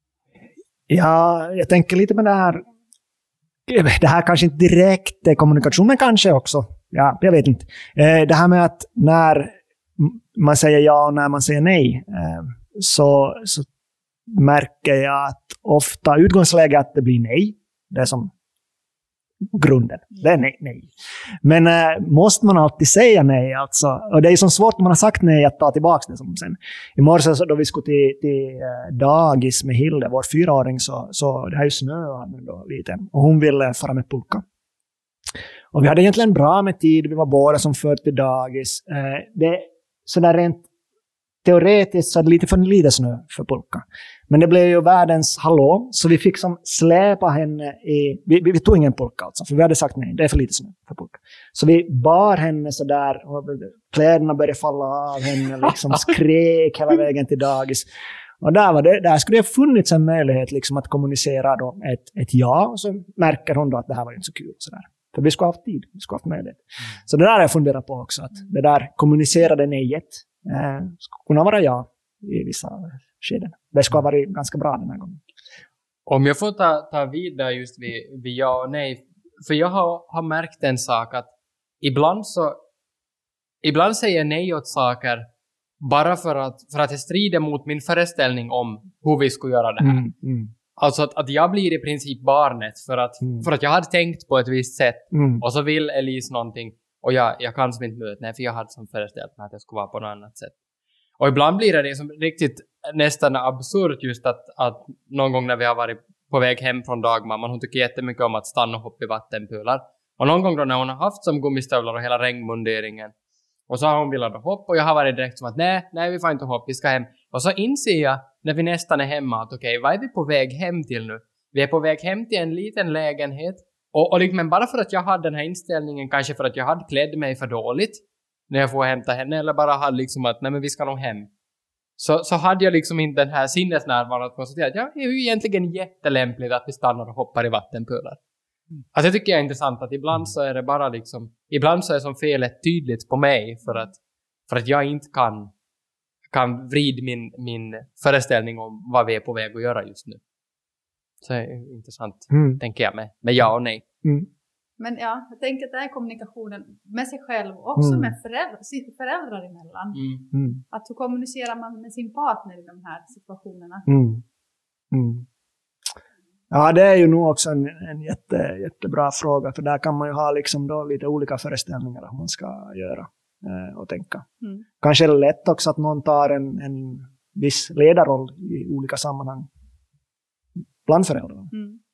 Ja, jag tänker lite med det här. Det här kanske inte direkt är kommunikation, men kanske också. Ja, jag vet inte. Det här med att när man säger ja och när man säger nej. Så märker jag att ofta utgångsläget att det blir nej. Det är som grunden. Det är nej. Men måste man alltid säga nej alltså? Och det är så svårt när man har sagt nej att ta tillbaka det som sen. I morse så då vi skulle till dagis med Hilde, vår 4-åring, så det har ju snöat nu då lite. Och hon ville fara med pulka. Och vi hade egentligen bra med tid. Vi var båda som för till dagis. Så där rent teoretiskt så hade det lite för lite snö för pulka. Men det blev ju världens hallå. Så vi fick som släpa henne vi tog ingen pulka alltså. För vi hade sagt nej, det är för lite snö för pulka. Så vi bar henne så där. Och kläderna började falla av henne. Liksom skrek hela vägen till dagis. Och där skulle det ha funnits en möjlighet liksom att kommunicera då ett ja. Och så märker hon då att det här var inte så kul. Så där. För vi ska ha haft tid. Vi ska ha haft möjlighet. Så det där har jag funderat på också. Att det där kommunicerade nejet ska kunna vara ja i vissa skeden. Det ska vara ganska bra den här gången. Om jag får ta vidare just vid ja och nej. För jag har märkt en sak att ibland säger jag nej åt saker bara för att det strider mot min föreställning om hur vi skulle göra det här. Alltså att jag blir i princip barnet för att jag hade tänkt på ett visst sätt och så vill Elise någonting och jag kan som inte möta, nej, för jag hade som föreställt mig att det skulle vara på något annat sätt. Och ibland blir det som riktigt nästan absurt just att någon gång när vi har varit på väg hem från dagmamman, hon tycker jättemycket om att stanna och hoppa i vattenpölar. Och någon gång då när hon har haft som gummistövlar och hela regnmunderingen och så har hon velat hoppa och jag har varit direkt som att nej vi får inte hoppa, vi ska hem. Och så inser jag när vi nästan är hemma att okej, vad är vi på väg hem till nu? Vi är på väg hem till en liten lägenhet och men bara för att jag hade den här inställningen, kanske för att jag hade klädd mig för dåligt när jag får hämta henne eller bara hade liksom att nej men vi ska nog hem. Så hade jag liksom inte den här sinnesnärvaron att konstatera att det är ju egentligen jättelämpligt att vi stannar och hoppar i vattenpölar. Alltså det tycker jag är intressant att ibland så är det bara liksom, ibland så är som felet tydligt på mig för att jag inte kan vrida min föreställning om vad vi är på väg att göra just nu. Så det är intressant, tänker jag med ja och nej. Men ja, jag tänker att det är kommunikationen med sig själv och också med föräldrar emellan. Att hur kommunicerar man med sin partner i de här situationerna? Ja, det är ju nog också en jättebra fråga. För där kan man ju ha liksom då lite olika föreställningar hur man ska göra och tänka. Kanske är det lätt också att någon tar en viss ledarroll i olika sammanhang bland föräldrarna.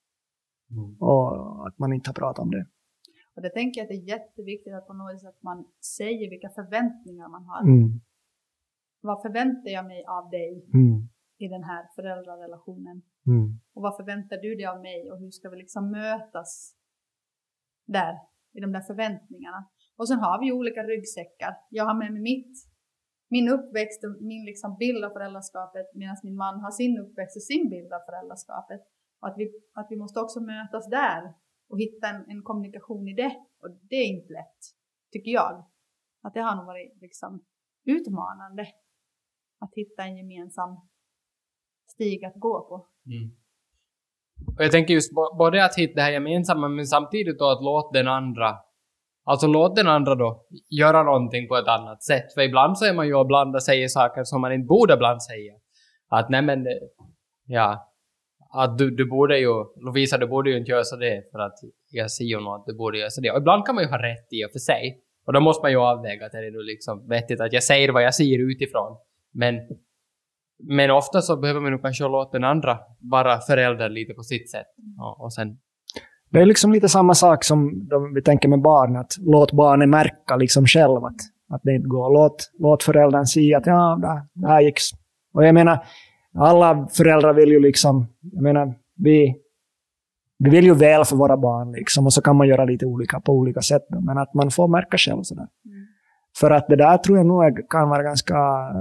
Och att man inte har pratat om det. Och det tänker jag att det är jätteviktigt att på något sätt att man säger vilka förväntningar man har. Vad förväntar jag mig av dig i den här föräldrarelationen? Och vad förväntar du dig av mig? Och hur ska vi liksom mötas där i de där förväntningarna? Och sen har vi olika ryggsäckar. Jag har med mig min uppväxt och min liksom bild av föräldraskapet medan min man har sin uppväxt och sin bild av föräldraskapet. Och att vi måste också mötas där och hitta en kommunikation i det. Och det är inte lätt, tycker jag. Att det har nog varit liksom utmanande att hitta en gemensam stig att gå på. Och jag tänker just både att hitta det här gemensamma men samtidigt då att låta den andra då göra någonting på ett annat sätt. För ibland så är man ju och blandar säger saker som man inte borde ibland säga. Att nej men ja, att du borde ju, Lovisa, du borde ju inte göra så det för att jag ser ju nog att du borde göra så det. Och ibland kan man ju ha rätt i och för sig. Och då måste man ju avväga att det är nu liksom vettigt att jag säger vad jag ser utifrån. Men ofta så behöver man ju kanske låta den andra vara förälder lite på sitt sätt. Och sen... Det är liksom lite samma sak som vi tänker med barn. Att låt barnen märka liksom själv att det inte går. Låt föräldern säga att det här gick. Och jag menar, alla föräldrar vill ju liksom, jag menar, vi vill ju väl för våra barn liksom. Och så kan man göra lite olika på olika sätt. Men att man får märka själv sådär. För att det där tror jag nog kan vara ganska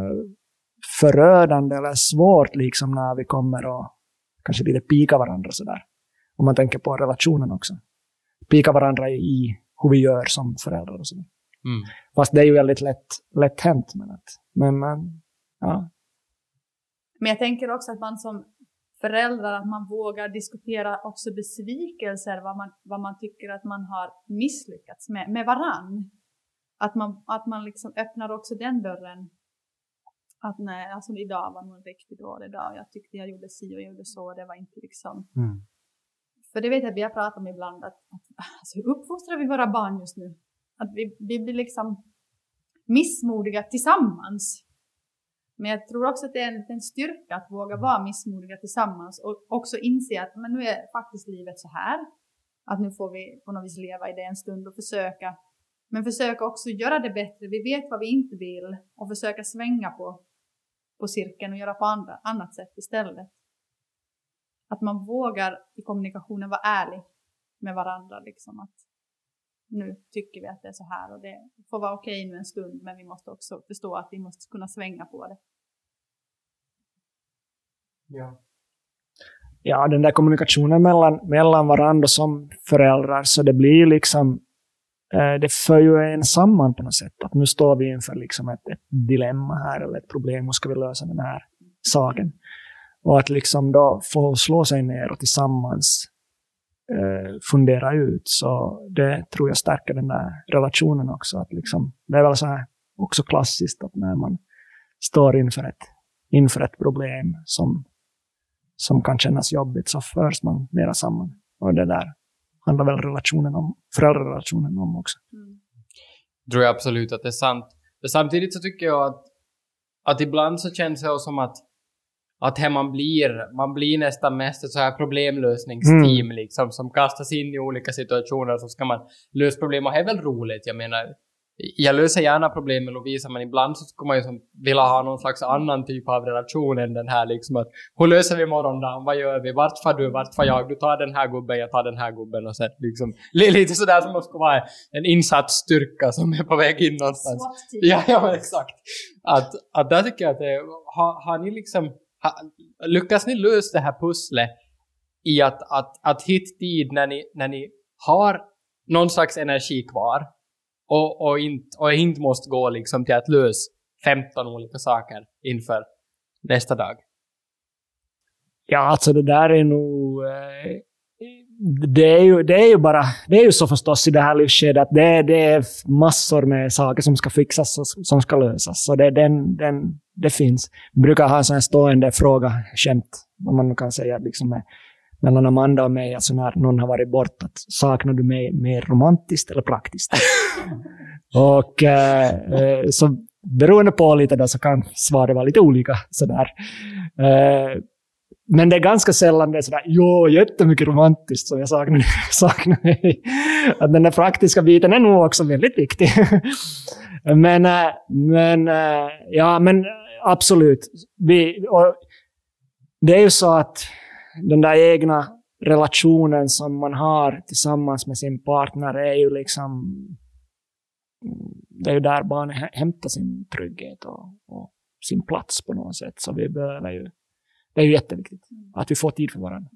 förödande eller svårt liksom när vi kommer och kanske lite pika varandra sådär. Om man tänker på relationen också. Pika varandra i hur vi gör som föräldrar och sådär. Fast det är ju väldigt lätt hänt. Men ja. Men jag tänker också att man som föräldrar att man vågar diskutera också besvikelser. Vad man tycker att man har misslyckats med varann. Att man liksom öppnar också den dörren. Att nej, alltså idag var nog en riktigt dålig dag. Jag tyckte jag gjorde si och jag gjorde så. Det var inte liksom... För det vet jag att vi har pratat om ibland. Alltså, hur uppfostrar vi våra barn just nu? Att vi blir liksom missmodiga tillsammans. Men jag tror också att det är en styrka att våga vara missmodiga tillsammans. Och också inse att men nu är faktiskt livet så här. Att nu får vi på något vis leva i det en stund och försöka. Men försöka också göra det bättre. Vi vet vad vi inte vill. Och försöka svänga på cirkeln och göra på annat sätt istället. Att man vågar i kommunikationen vara ärlig med varandra. Liksom att nu tycker vi att det är så här. Och det får vara okej nu en stund. Men vi måste också förstå att vi måste kunna svänga på det. Ja, den där kommunikationen mellan varandra som föräldrar. Så det blir liksom... Det för ju en samman på något sätt. Att nu står vi inför liksom ett dilemma här. Eller ett problem. Och ska vi lösa den här saken. Och att liksom då få slå sig ner och tillsammans fundera ut, så det tror jag stärker den där relationen också. Att liksom, det är väl så här också klassiskt att när man står inför ett problem som kan kännas jobbigt, så förs man mera samman. Och det där handlar väl föräldrarelationen om också. Tror jag absolut att det är sant. Men samtidigt så tycker jag att ibland så känns det som att här man blir nästan mest ett så här problemlösningsteam liksom, som kastas in i olika situationer, så ska man lösa problem, och det är väl roligt. Jag menar, jag löser gärna problem med Lovisa, men ibland så skulle man ju vilja ha någon slags annan typ av relation än den här liksom, att hur löser vi morgondagen, vad gör vi, vart får du, vart får jag, du tar den här gubben, jag tar den här gubben, och sen liksom lite sådär som måste vara en insatsstyrka som är på väg in någonstans. Ja, exakt. Att där tycker jag att har ni liksom lyckas ni lösa det här pusslet i att hitta tid när ni har någon slags energi kvar och inte måste gå liksom till att lösa 15 olika saker inför nästa dag? Ja, alltså det där är nog det är ju så förstås i det här livsskedet att det är massor med saker som ska fixas och som ska lösas, så det finns. Vi brukar ha en sån här stående fråga, skämt, om man kan säga liksom mellan Amanda och mig, alltså när någon har varit bort, att saknar du mig mer romantiskt eller praktiskt? Och så beroende på lite då, så kan svaret vara lite olika sådär. Men det är ganska sällan det är sådär, jättemycket romantiskt som jag saknar dig. Att den där praktiska biten är nog också väldigt viktig. Men absolut. Det är ju så att den där egna relationen som man har tillsammans med sin partner är ju liksom, det är ju där barnet hämtar sin trygghet och sin plats på något sätt. Så vi behöver ju, det är ju jätteviktigt att vi får tid för varandra.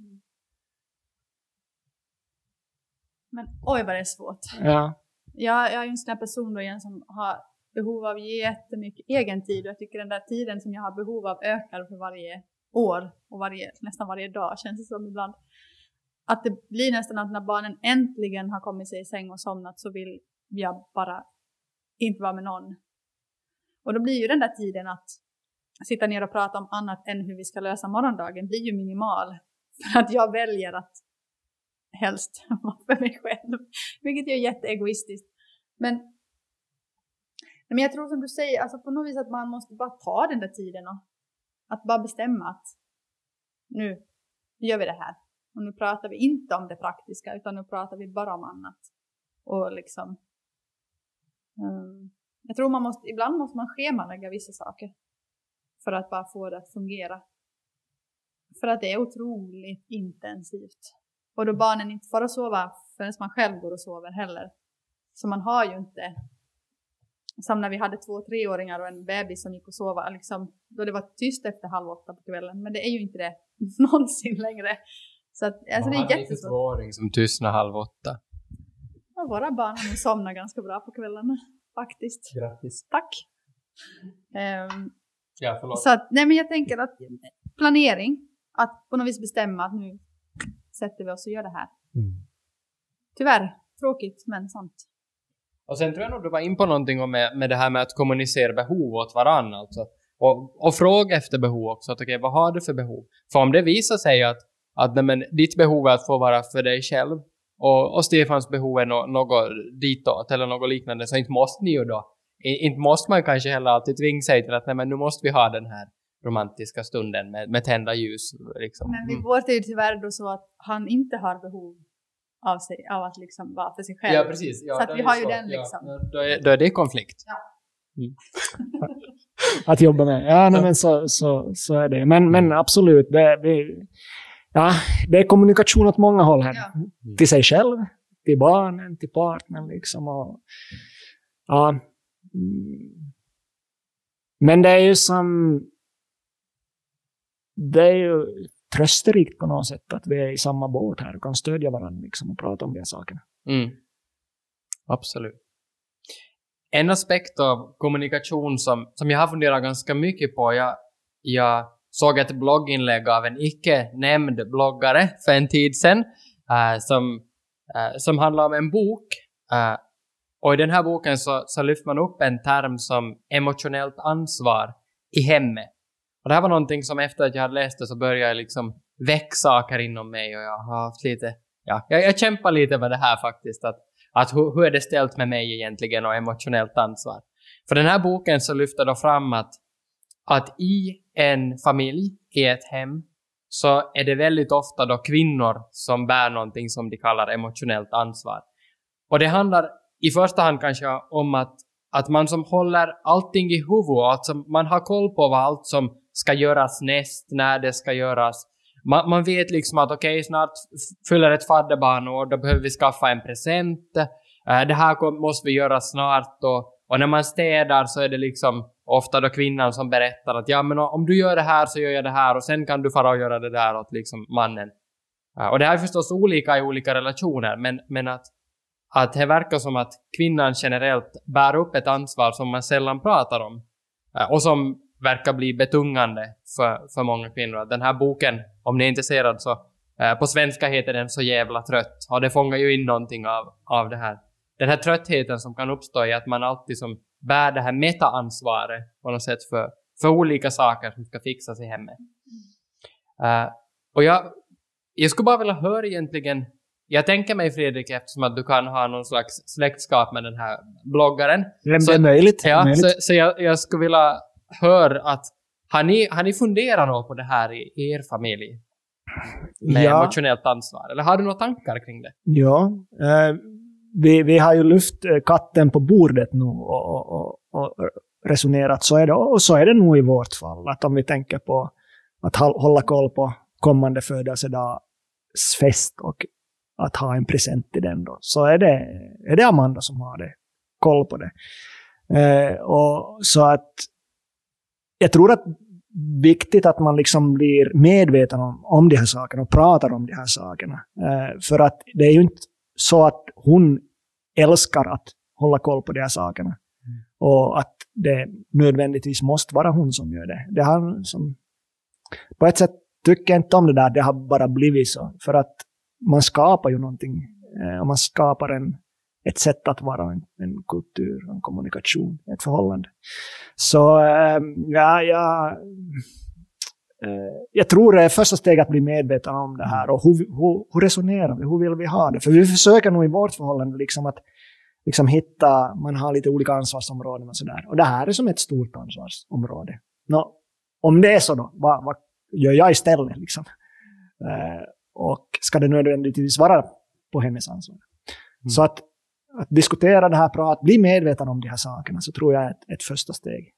Men oj vad det är svårt. Ja. Jag är ju en sån här person då igen som har behov av jättemycket egen tid. Och jag tycker den där tiden som jag har behov av ökar för varje år och nästan varje dag, känns det som ibland. Att det blir nästan att när barnen äntligen har kommit sig i säng och somnat, så vill jag bara inte vara med någon. Och då blir ju den där tiden att sitta ner och prata om annat än hur vi ska lösa morgondagen blir ju minimal. För att jag väljer att helst vara för mig själv. Vilket är jätteegoistiskt. Men jag tror som du säger, alltså på något vis att man måste bara ta den där tiden och att bara bestämma att nu gör vi det här. Och nu pratar vi inte om det praktiska, utan nu pratar vi bara om annat. Och liksom jag tror ibland måste man schemalägga vissa saker för att bara få det att fungera. För att det är otroligt intensivt. Och då barnen inte får sova förrän man själv går och sover heller. Så man har ju inte, som när vi hade 2-3-åringar och en bebis som gick och sova, liksom, då det var tyst efter 7:30 på kvällen. Men det är ju inte det någonsin längre. Så att, alltså, det är jättesvårt. En 2-åring som tystnar 7:30. Ja, våra barn har somnar ganska bra på kvällen faktiskt. Grattis. Tack. Ja, förlåt. Så att, nej, men jag tänker att planering, att på något vis bestämma att nu sätter vi oss och gör det här. Tyvärr, tråkigt men sant. Och sen tror jag nog du var in på någonting med det här med att kommunicera behov åt varann alltså. Och fråga efter behov också. Att okej, vad har du för behov? För om det visar sig att ditt behov är att få vara för dig själv och Stefans behov är något ditåt eller något liknande, så inte måste ni ju då. Inte måste man kanske heller alltid tvinga sig till att nej, men nu måste vi ha den här romantiska stunden med tända ljus. Liksom. Men vid vår tid tyvärr då så att han inte har behov av att liksom vara för sig själv. Ja, precis. Ja, så att vi har ju den liksom. Ja, då är det konflikt. Ja. Att jobba med. Ja, nej, men så är det. Men absolut, det är kommunikation åt många håll här. Ja. Till sig själv, till barnen, till partnern liksom. Och, ja. Men det är ju trösterikt på något sätt att vi är i samma båt här och kan stödja varandra liksom, och prata om de här sakerna. Absolut. En aspekt av kommunikation som jag har funderat ganska mycket på, såg ett blogginlägg av en icke-nämnd bloggare för en tid sedan som handlar om en bok. Och i den här boken så lyfter man upp en term som emotionellt ansvar i hemmet. Och det här var någonting som efter att jag hade läst det så började jag liksom väcka saker inom mig. Och jag har haft lite, jag kämpar lite med det här faktiskt. Att hur är det ställt med mig egentligen och emotionellt ansvar. För den här boken så lyfter då fram att i en familj, i ett hem, så är det väldigt ofta då kvinnor som bär någonting som de kallar emotionellt ansvar. Och det handlar i första hand kanske om att man som håller allting i huvudet, alltså man har koll på vad allt som ska göras näst, när det ska göras. Man vet liksom att okej, snart fyller ett fadderbarnår, då behöver vi skaffa en present. Det här måste vi göra snart. Och när man städar så är det liksom ofta då kvinnan som berättar att ja, men om du gör det här så gör jag det här. Och sen kan du fara och göra det där åt liksom mannen. Och det här är förstås olika i olika relationer. Men att det verkar som att kvinnan generellt bär upp ett ansvar som man sällan pratar om. Och som verkar bli betungande för många kvinnor. Den här boken, om ni är intresserad så på svenska heter den Så jävla trött. Och det fångar ju in någonting av det här. Den här tröttheten som kan uppstå i att man alltid som bär det här meta-ansvaret på något sätt för olika saker som ska fixas i hemmet. Och jag skulle bara vilja höra egentligen. Jag tänker mig, Fredrik, eftersom att du kan ha någon slags släktskap med den här bloggaren. Det är möjligt. Ja, möjligt. Så jag skulle vilja höra att har ni funderat något på det här i er familj? Med emotionellt ansvar? Eller har du några tankar kring det? Ja, vi har ju lyft katten på bordet nu och resonerat. Så är det nog i vårt fall. Att om vi tänker på att hålla koll på kommande födelsedagsfest och att ha en present i den då, så är det Amanda som har det, koll på det. Och så att jag tror att viktigt att man liksom blir medveten om de här sakerna och pratar om de här sakerna. För att det är ju inte så att hon älskar att hålla koll på de här sakerna. Och att det nödvändigtvis måste vara hon som gör det. Det har som, på ett sätt tycker jag inte om det där, det har bara blivit så. För att man skapar ju någonting. Och man skapar ett sätt att vara en kultur, en kommunikation, ett förhållande. Så jag tror det är första steget att bli medveten om det här. Och hur resonerar vi? Hur vill vi ha det? För vi försöker nog i vårt förhållande liksom att liksom hitta, man har lite olika ansvarsområden och sådär. Och det här är som ett stort ansvarsområde. Om det är så då, vad gör jag istället liksom? Och ska det nödvändigtvis vara på hennes ansvar? Så att diskutera det här, bli medveten om de här sakerna, så tror jag är ett första steg.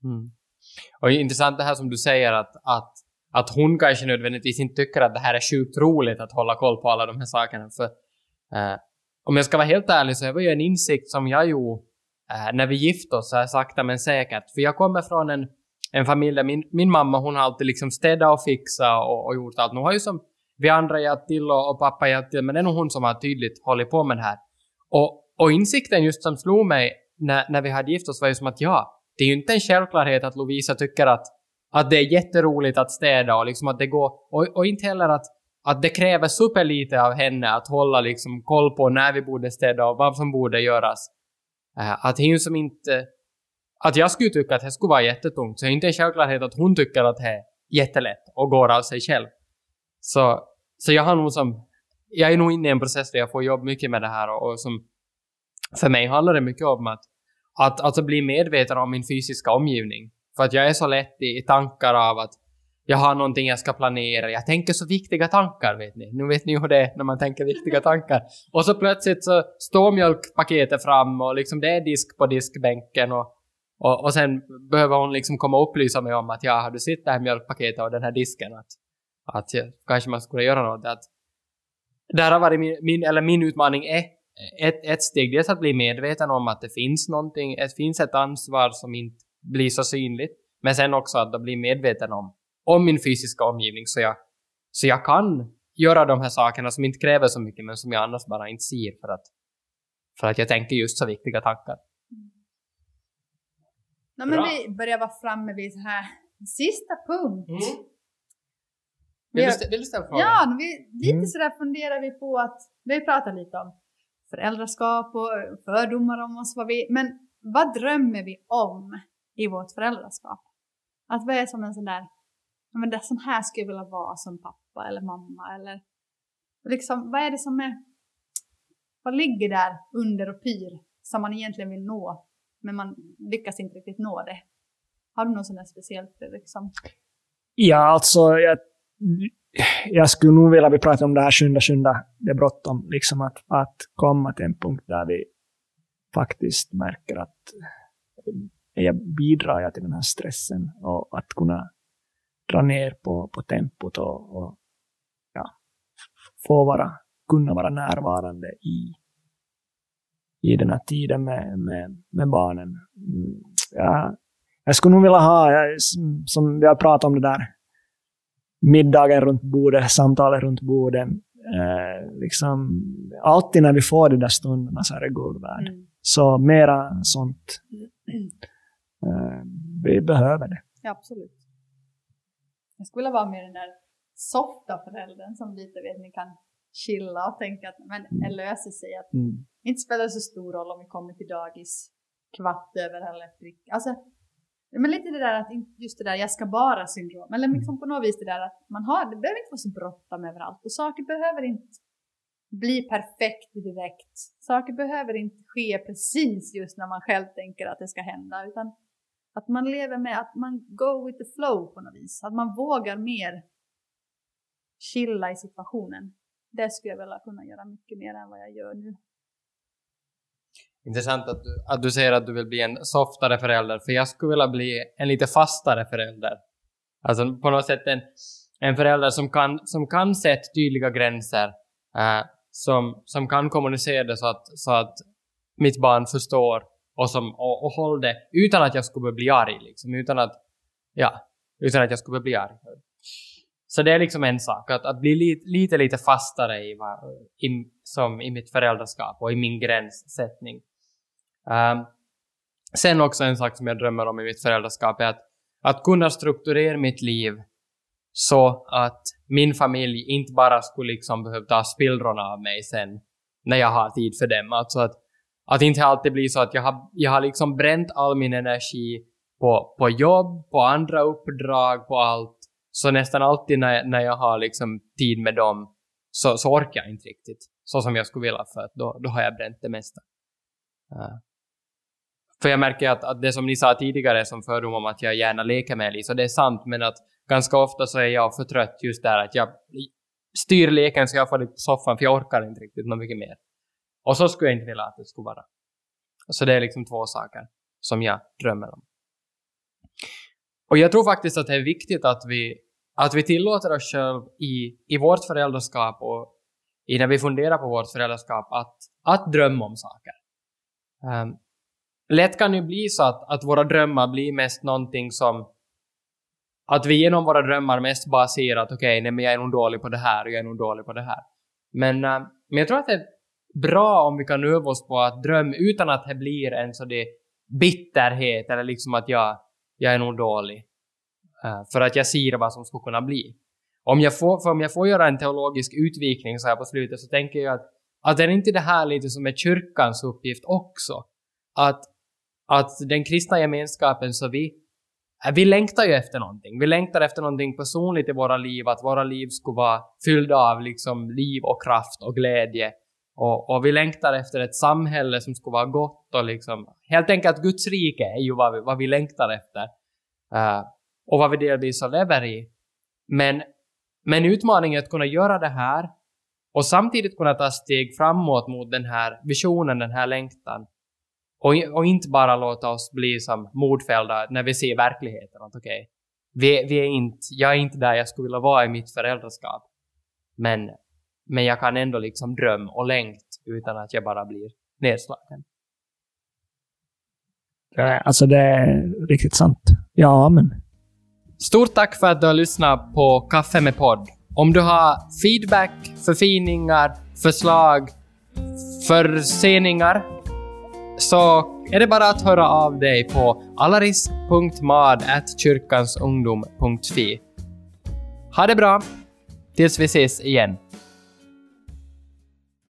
Och intressant det här som du säger att hon kanske nödvändigtvis inte tycker att det här är sjukt roligt att hålla koll på alla de här sakerna. För om jag ska vara helt ärlig så var ju en insikt som jag gjorde när vi gifte oss här sakta men säkert. För jag kommer från en familj där min mamma, hon har alltid liksom städat och fixat och gjort allt. Nu har ju som vi andra hjälpt till och pappa hjälpt till, men det är nog hon som har tydligt hållit på med det här. Och insikten just som slog mig när vi hade gift oss var ju som att det är ju inte en självklarhet att Lovisa tycker att det är jätteroligt att städa och liksom att det går, och inte heller att det kräver superlite av henne att hålla liksom koll på när vi borde städa och vad som borde göras. Att det är ju som inte, att jag skulle tycka att det skulle vara jättetungt, så är det inte en självklarhet att hon tycker att det är jättelätt och går av sig själv. Så jag har nog jag är nog inne i en process där jag får jobba mycket med det här och som för mig handlar det mycket om att alltså bli medveten om min fysiska omgivning. För att jag är så lätt i tankar av att jag har någonting jag ska planera. Jag tänker så viktiga tankar, vet ni. Nu vet ni hur det är när man tänker viktiga tankar. Och så plötsligt så står mjölkpaketet fram och liksom det är disk på diskbänken och sen behöver hon liksom komma och upplysa mig om att har du sett det här mjölkpaketet och den här disken, att kanske man skulle göra något. Att där har varit min utmaning är ett steg. Dels att bli medveten om att det finns någonting, det finns ett ansvar som inte blir så synligt, men sen också att bli medveten om min fysiska omgivning så jag kan göra de här sakerna som inte kräver så mycket men som jag annars bara inte ser för att jag tänker just så viktiga tankar. Men vi börjar vara framme vid så här sista punkt. Vill du ställa frågan? Ja, lite sådär funderar vi på att vi pratar lite om föräldraskap och fördomar om oss. Men vad drömmer vi om i vårt föräldraskap? Att vad är som en sån där, men det sån här skulle jag vilja vara som pappa eller mamma, eller liksom, vad är det som är, vad ligger där under och pyr som man egentligen vill nå, men man lyckas inte riktigt nå det? Har du något sånt där speciellt liksom? Ja, alltså jag skulle nog vilja prata om det här skynda. Det är bråttom liksom att komma till en punkt där vi faktiskt märker att jag bidrar till den här stressen och att kunna dra ner på tempot och kunna vara närvarande i den här tiden med barnen. Jag skulle nog vilja ha, som vi har pratat om det där, middagen runt bordet, samtalet runt bordet. Liksom, alltid när vi får de där stunderna så är det guld värd. Så mera sånt. Vi behöver det. Ja, absolut. Jag skulle vilja vara med den där softa föräldern som lite vet ni kan chilla och tänka att det löser sig. Att inte spelar så stor roll om vi kommer till dagis kvart över eller prick. Alltså, men lite det där att just det där jag ska bara syndrom. Eller liksom på något vis det där att det behöver inte vara så bråttom överallt. Och saker behöver inte bli perfekt direkt. Saker behöver inte ske precis just när man själv tänker att det ska hända. Utan att man lever med att man go with the flow på något vis. Att man vågar mer chilla i situationen. Det skulle jag vilja kunna göra mycket mer än vad jag gör nu. Intressant att du säger att du vill bli en softare förälder. För jag skulle vilja bli en lite fastare förälder. Alltså på något sätt en förälder som kan sätta tydliga gränser. Som kan kommunicera det så att mitt barn förstår. Och håller det utan att jag skulle bli arg. Liksom, utan att jag skulle bli arg. Så det är liksom en sak. Att bli lite fastare i mitt föräldraskap och i min gränssättning. Sen också en sak som jag drömmer om i mitt föräldraskap är att kunna strukturera mitt liv så att min familj inte bara skulle liksom behöva ta spillrorna av mig sen när jag har tid för dem. Alltså att inte alltid blir så att jag har liksom bränt all min energi på jobb, på andra uppdrag, på allt. Så nästan alltid när jag har liksom tid med dem så orkar jag inte riktigt så som jag skulle vilja, för att då har jag bränt det mesta. För jag märker att det som ni sa tidigare som fördom om att jag gärna leker med Elisa, det är sant, men att ganska ofta så är jag för trött just där att jag styr leken så jag får lite på soffan för jag orkar inte riktigt något mycket mer. Och så skulle jag inte vilja att det skulle vara. Så det är liksom två saker som jag drömmer om. Och jag tror faktiskt att det är viktigt att vi tillåter oss själv i vårt föräldraskap och när vi funderar på vårt föräldraskap att drömma om saker. Lätt kan det bli så att våra drömmar blir mest någonting som att vi genom våra drömmar mest bara ser att men jag är nog dålig på det här och jag är nog dålig på det här. Men jag tror att det är bra om vi kan öva oss på att drömma utan att det blir en så det bitterhet eller liksom att jag är nog dålig. För att jag ser vad som skulle kunna bli. Om jag får göra en teologisk utvikning så här på slutet så tänker jag att det är inte det här lite som är kyrkans uppgift också. Att den kristna gemenskapen så vi längtar ju efter någonting. Vi längtar efter någonting personligt i våra liv. Att våra liv skulle vara fyllda av liksom liv och kraft och glädje. Och vi längtar efter ett samhälle som skulle vara gott. Och liksom, helt enkelt att Guds rike är ju vad vi längtar efter. Och vad vi delvis lever i. Men utmaningen är att kunna göra det här. Och samtidigt kunna ta steg framåt mot den här visionen, den här längtan. Och inte bara låta oss bli som mordfällda när vi ser verkligheten. Att jag är inte där jag skulle vilja vara i mitt föräldraskap. Men jag kan ändå liksom drömma och längt utan att jag bara blir nedslagen. Alltså det är riktigt sant. Ja, men. Stort tack för att du har lyssnat på Kaffe med podd. Om du har feedback, förfiningar, förslag, förseningar så är det bara att höra av dig på alaris.mad@kyrkansungdom.fi. Ha det bra, tills vi ses igen.